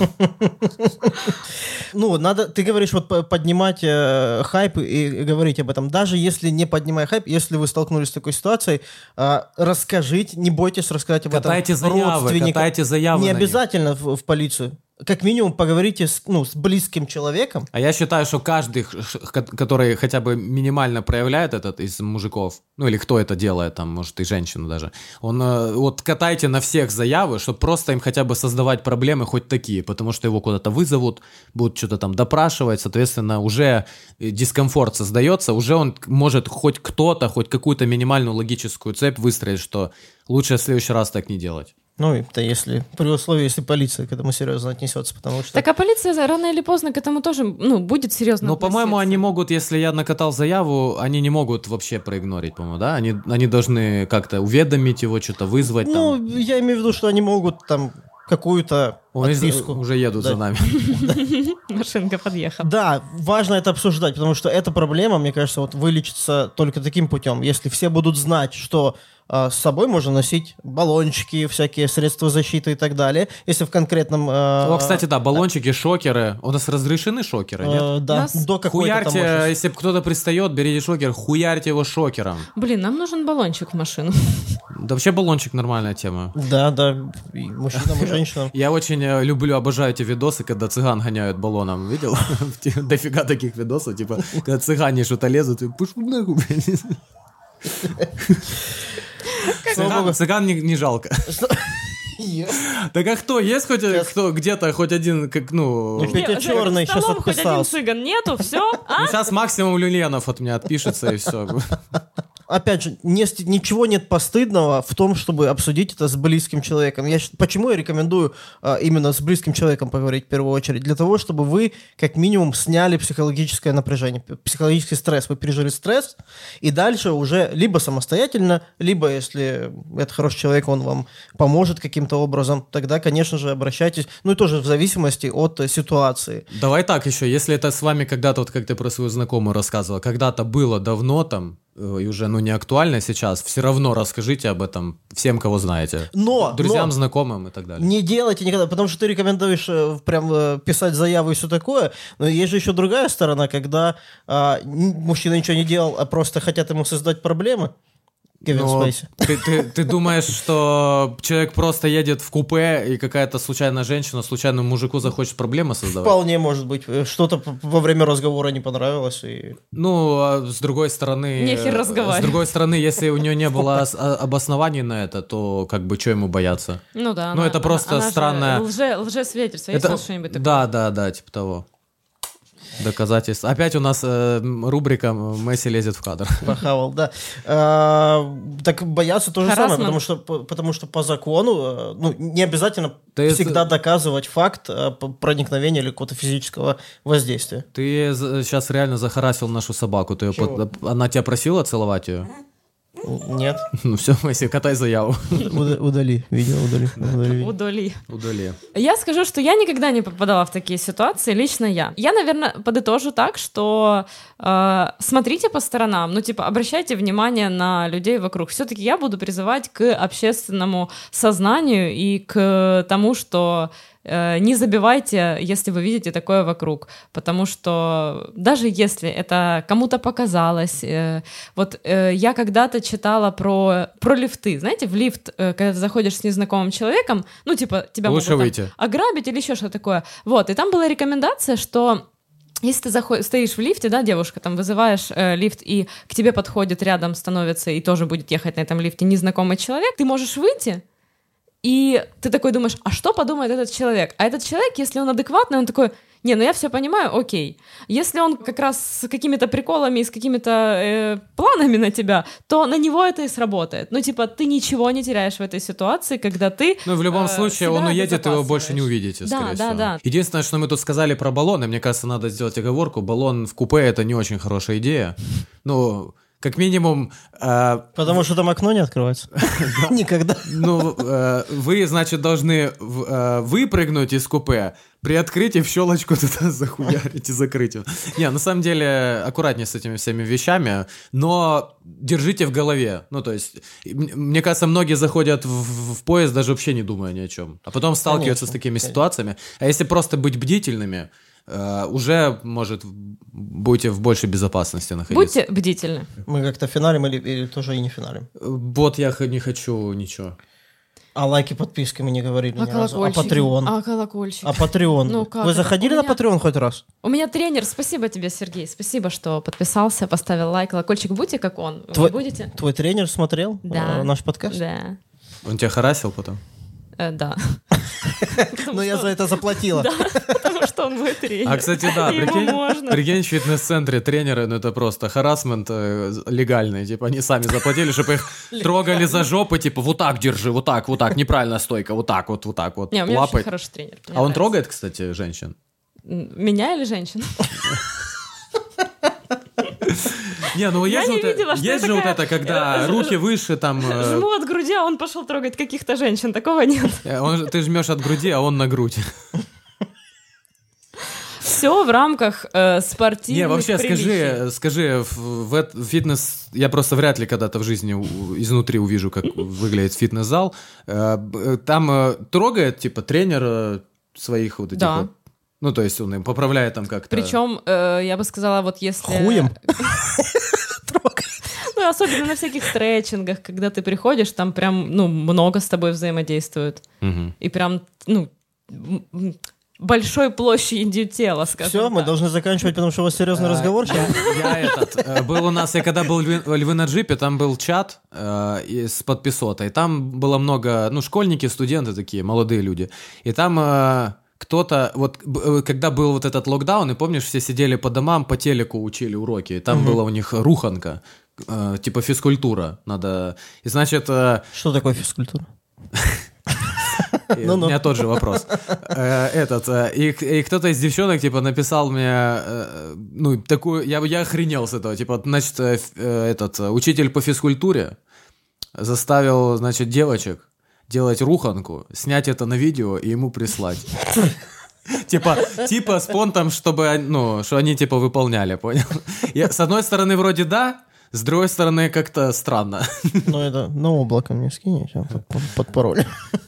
Ну, надо, ты говоришь, вот по- поднимать э, хайп и, и говорить об этом. Даже если не поднимая хайп, если вы столкнулись с такой ситуацией, э, расскажите, не бойтесь рассказать об Катайте этом заявы, родственникам. катайте заявы Не на них. обязательно в, в полицию. Как минимум поговорите с, ну, с близким человеком. А я считаю, что каждый, х- х- который хотя бы минимально проявляет этот из мужиков, ну или кто это делает, там, может, и женщина даже, он э, вот катайте на всех заявы, чтобы просто им хотя бы создавать проблемы хоть такие, потому что его куда-то вызовут, будут что-то там допрашивать, соответственно, уже дискомфорт создается, уже он может хоть кто-то, хоть какую-то минимальную логическую цепь выстроить, что лучше в следующий раз так не делать. Ну, это если, при условии, если полиция к этому серьезно отнесется, потому что... Так а полиция рано или поздно к этому тоже, ну, будет серьезно Но, по-моему, относиться. они могут, если я накатал заяву, они не могут вообще проигнорить, по-моему, да? Они, они должны как-то уведомить его, что-то вызвать. Ну, там. я имею в виду, что они могут там какую-то Ой, отписку. уже едут Да. за нами. Машинка подъехала. Да, важно это обсуждать, потому что эта проблема, мне кажется, вот вылечится только таким путем. Если все будут знать, что э, с собой можно носить баллончики, всякие средства защиты и так далее. Если в конкретном... э, О, кстати, да, баллончики, шокеры. У нас разрешены шокеры, нет? э, да, Нас- до какой-то там Хуярьте, мощности. если кто-то пристает, берите шокер, хуярьте его шокером. Блин, нам нужен баллончик в машину. Да вообще баллончик нормальная тема. Да, да, и мужчинам, и женщинам. Я очень э, люблю, обожаю эти видосы, когда цыган гоняют баллоном. Видел? Дофига таких видосов, типа, когда цыгане что-то лезут, и пошел нахуй, блядь. Слава богу. Цыган, цыган не, не жалко. Так а кто? Есть хоть кто где-то хоть один, как, ну... Ну, Петя За- Черный за сейчас столом хоть один отписался. цыган нету, все, а? Ну, сейчас максимум Люленов от меня отпишется, и все. Опять же, не ст- ничего нет постыдного в том, чтобы обсудить это с близким человеком. Я, щ- почему я рекомендую а, именно с близким человеком поговорить в первую очередь? Для того, чтобы вы как минимум сняли психологическое напряжение, п- психологический стресс. Вы пережили стресс, и дальше уже либо самостоятельно, либо, если это хороший человек, он вам поможет каким-то образом, тогда, конечно же, обращайтесь. Ну и тоже в зависимости от э, ситуации. Давай так еще, если это с вами когда-то, вот как ты про свою знакомую рассказывала, когда-то было давно там, э, и уже ну, не актуально сейчас, все равно расскажите об этом всем, кого знаете. Но, Друзьям, но знакомым и так далее. не делайте никогда, потому что ты рекомендуешь э, прям э, писать заявы и все такое, но есть же еще другая сторона, когда а, н- мужчина ничего не делал, а просто хотят ему создать проблемы. Кевин Но Спейси. ты, ты, ты думаешь, что человек просто едет в купе, и какая-то случайная женщина случайному мужику захочет проблемы создавать? Вполне может быть. э, Что-то п- во время разговора не понравилось. И... Ну, а с другой стороны... Нехер э, разговаривать. С другой стороны, если у нее не было ос- а- обоснований на это, то как бы что ему бояться? Ну да. Ну, она- это просто она же странная- Лже, лжесвидетельство, есть Это... у вас что-нибудь такое? Да, да, да, типа того. Доказательств. Опять у нас э, м, рубрика «Месси лезет в кадр». Похавал, да. А, так бояться то же самое, Харассмент. потому что, по- потому что по закону э, ну, не обязательно То есть- всегда доказывать факт э, п- проникновения или какого-то физического воздействия. Ты сейчас реально захарасил нашу собаку. Ты её Чего? под- Она тебя просила целовать ее? Нет. Ну все, Месси, катай заяву. Уда- Удали. Видео удали. Удали. Удали. Удали. Я скажу, что я никогда не попадала в такие ситуации, лично я. Я, наверное, подытожу так, что э, смотрите по сторонам, ну, типа, обращайте внимание на людей вокруг. Все-таки я буду призывать к общественному сознанию и к тому, что э, не забивайте, если вы видите такое вокруг, потому что даже если это кому-то показалось, э, вот э, я когда-то читала про, про лифты, знаете, в лифт, э, когда ты заходишь с незнакомым человеком, ну, типа, тебя Лучше могут там выйти. ограбить или еще что-то такое. Вот, и там была рекомендация, что если ты заход... стоишь в лифте, да, девушка, там вызываешь э, лифт, и к тебе подходит рядом, становится, и тоже будет ехать на этом лифте незнакомый человек, ты можешь выйти, и ты такой думаешь, а что подумает этот человек? А этот человек, если он адекватный, он такой, Не, ну я все понимаю, окей. Если он как раз с какими-то приколами и с какими-то э, планами на тебя, то на него это и сработает. Ну, типа, ты ничего не теряешь в этой ситуации, когда ты... Ну, в любом э, случае, он уедет, и его больше не увидите, да, скорее да, всего. Да. Единственное, что мы тут сказали про баллоны, мне кажется, надо сделать оговорку. Баллон в купе — это не очень хорошая идея. Ну... Как минимум... Э, Потому что там окно не открывается. Никогда. Ну, э, вы, значит, должны в, э, выпрыгнуть из купе, приоткрыть и в щелочку туда захуярить и закрыть его. Не, на самом деле, аккуратнее с этими всеми вещами, но держите в голове. Ну, то есть, мне кажется, многие заходят в, в поезд, даже вообще не думая ни о чем. А потом сталкиваются Конечно, с такими конечно. ситуациями. А если просто быть бдительными, Uh, уже, может, будете в большей безопасности находиться. Будьте бдительны. Мы как-то финалим или, или тоже и не финалим? Вот я х- не хочу ничего. А лайки, подписки мы не говорили А ни разу. А колокольчики? Patreon? А колокольчики? А Patreon? Ну, как Вы это? заходили У на меня- Patreon хоть раз? У меня тренер, спасибо тебе, Сергей, спасибо, что подписался, поставил лайк, колокольчик. Будьте как он. Вы Твой, будете? твой тренер смотрел Да. э, наш подкаст? Да. Он тебя харасил потом? Э, да. Но я за это заплатила. Да, потому что он мой тренер. А, кстати, да, Ему прикинь, можно. прикинь, в фитнес-центре тренеры, ну это просто харассмент э, легальный, типа они сами заплатили, чтобы их трогали за жопы, типа вот так держи, вот так, вот так, неправильная стойка, вот так вот, вот так вот, Не, у меня очень лапать. хороший тренер. мне А он нравится. трогает, кстати, женщин? М, Меня или женщин? Не, ну Я есть, не вот, э- видела, что есть я же вот такая, это, когда э, руки выше, там, э, Жму от груди, а он пошел трогать каких-то женщин. Такого нет. э, он же- ты жмешь от груди, а он на грудь. Все в рамках э, спортивных Не, вообще приличий. скажи, скажи, в, в эт- в фитнес, я просто вряд ли когда-то в жизни у- изнутри увижу, как выглядит фитнес-зал. Э, б- э, Там э, трогает, типа, тренер э, своих вот этих Да. вот, ну, то есть он им поправляет там как-то. Причем, э, я бы сказала, вот если... Хуем? Ну, особенно на всяких стретчингах, когда ты приходишь, там прям, ну, много с тобой взаимодействуют. Мгм. И прям, ну, м- м, большой площадью тела, скажем Все, мы так. должны заканчивать, потому что у вас серьезный А, разговор. Я, я этот, э, был у нас, я когда был в Львы- Львы на джипе, там был чат э, из подписота, и там было много, ну, школьники, студенты такие, молодые люди, и там э, кто-то, вот, б- э, когда был вот этот локдаун, и помнишь, все сидели по домам, по телеку учили уроки, и там была у них руханка, э, типа физкультура, надо, и значит... э, Что такое физкультура? И У меня тот же вопрос. Э, Этот, э, и, и кто-то из девчонок, типа, написал мне, э, ну, такую, я, я охренел с этого, типа, значит, э, ф- э, этот, э, учитель по физкультуре заставил, значит, девочек делать руханку, снять это на видео и ему прислать. Типа, типа с понтом, чтобы, ну, что они, типа, выполняли, понял? Я, с одной стороны, вроде да, с другой стороны, как-то странно. Ну, это на облако мне скинете под, под пароль.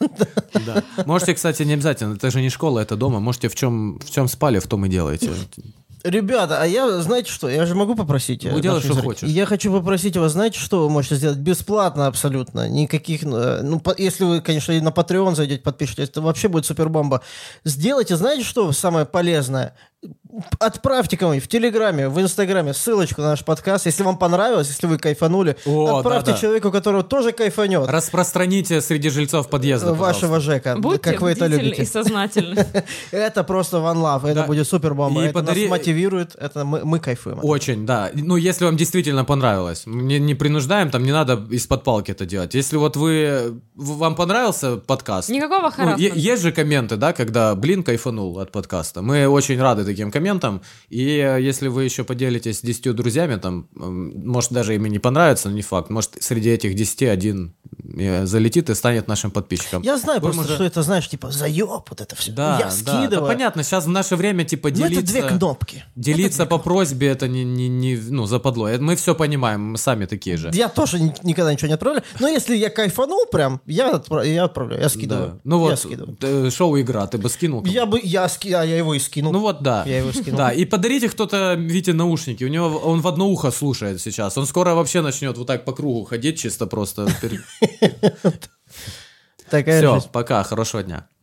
Да. Можете, кстати, не обязательно, это же не школа, это дома. Можете в чем, в чем спали, в том и делаете. Ребята, а я, знаете что, я же могу попросить? Ну, э, делай, наших что зрителей? хочешь. Я хочу попросить вас, знаете, что вы можете сделать? Бесплатно абсолютно. Никаких, э, ну, по- если вы, конечно, и на Patreon зайдете, подпишитесь, это вообще будет супер бомба. Сделайте, знаете, что самое полезное? Отправьте кому-нибудь в Телеграме, в Инстаграме ссылочку на наш подкаст, если вам понравилось, если вы кайфанули. О, отправьте да-да. человеку, которого тоже кайфанет. Распространите среди жильцов подъезда, Вашего ЖЭКа, Будьте как вы это бдительны любите. и сознательны. Это просто one love, это Да. будет супер бомба. И Это подари- нас мотивирует, это мы, мы кайфуем. Очень, да. Ну, если вам действительно понравилось. Не, не принуждаем, там не надо из-под палки это делать. Если вот вы... в- Вам понравился подкаст? Никакого Ну, е- харассмента. есть же комменты, да, когда, блин, кайфанул от подкаста. Мы очень рады таким комментам. И э, если вы еще поделитесь с десятью друзьями, там, м, может, даже им и не понравится, но не факт. Может, среди этих десяти один э, залетит и станет нашим подписчиком. Я знаю Вы, просто, может- что это, знаешь, типа, заеб, вот это все. Да, Я да, скидываю. да, понятно, сейчас в наше время, типа, Ну, делиться... это две кнопки. Делиться по просьбе, это не, не, не ну, западло. Это Мы все понимаем, мы сами такие же. Я тоже ни- никогда ничего не отправляю. Но если я кайфанул прям, я, отправ- я отправляю, я скидываю. Да. Ну я вот, скидываю. э, шоу «Игра», ты бы скинул? кому-то? Я бы, я, ски... а я его и скинул. Ну вот, да. Я его скинул. Да, и подарите кто-то Вите наушники. У него он в одно ухо слушает сейчас. Он скоро вообще начнет вот так по кругу ходить чисто просто. Такая Все, жизнь. пока, хорошего дня.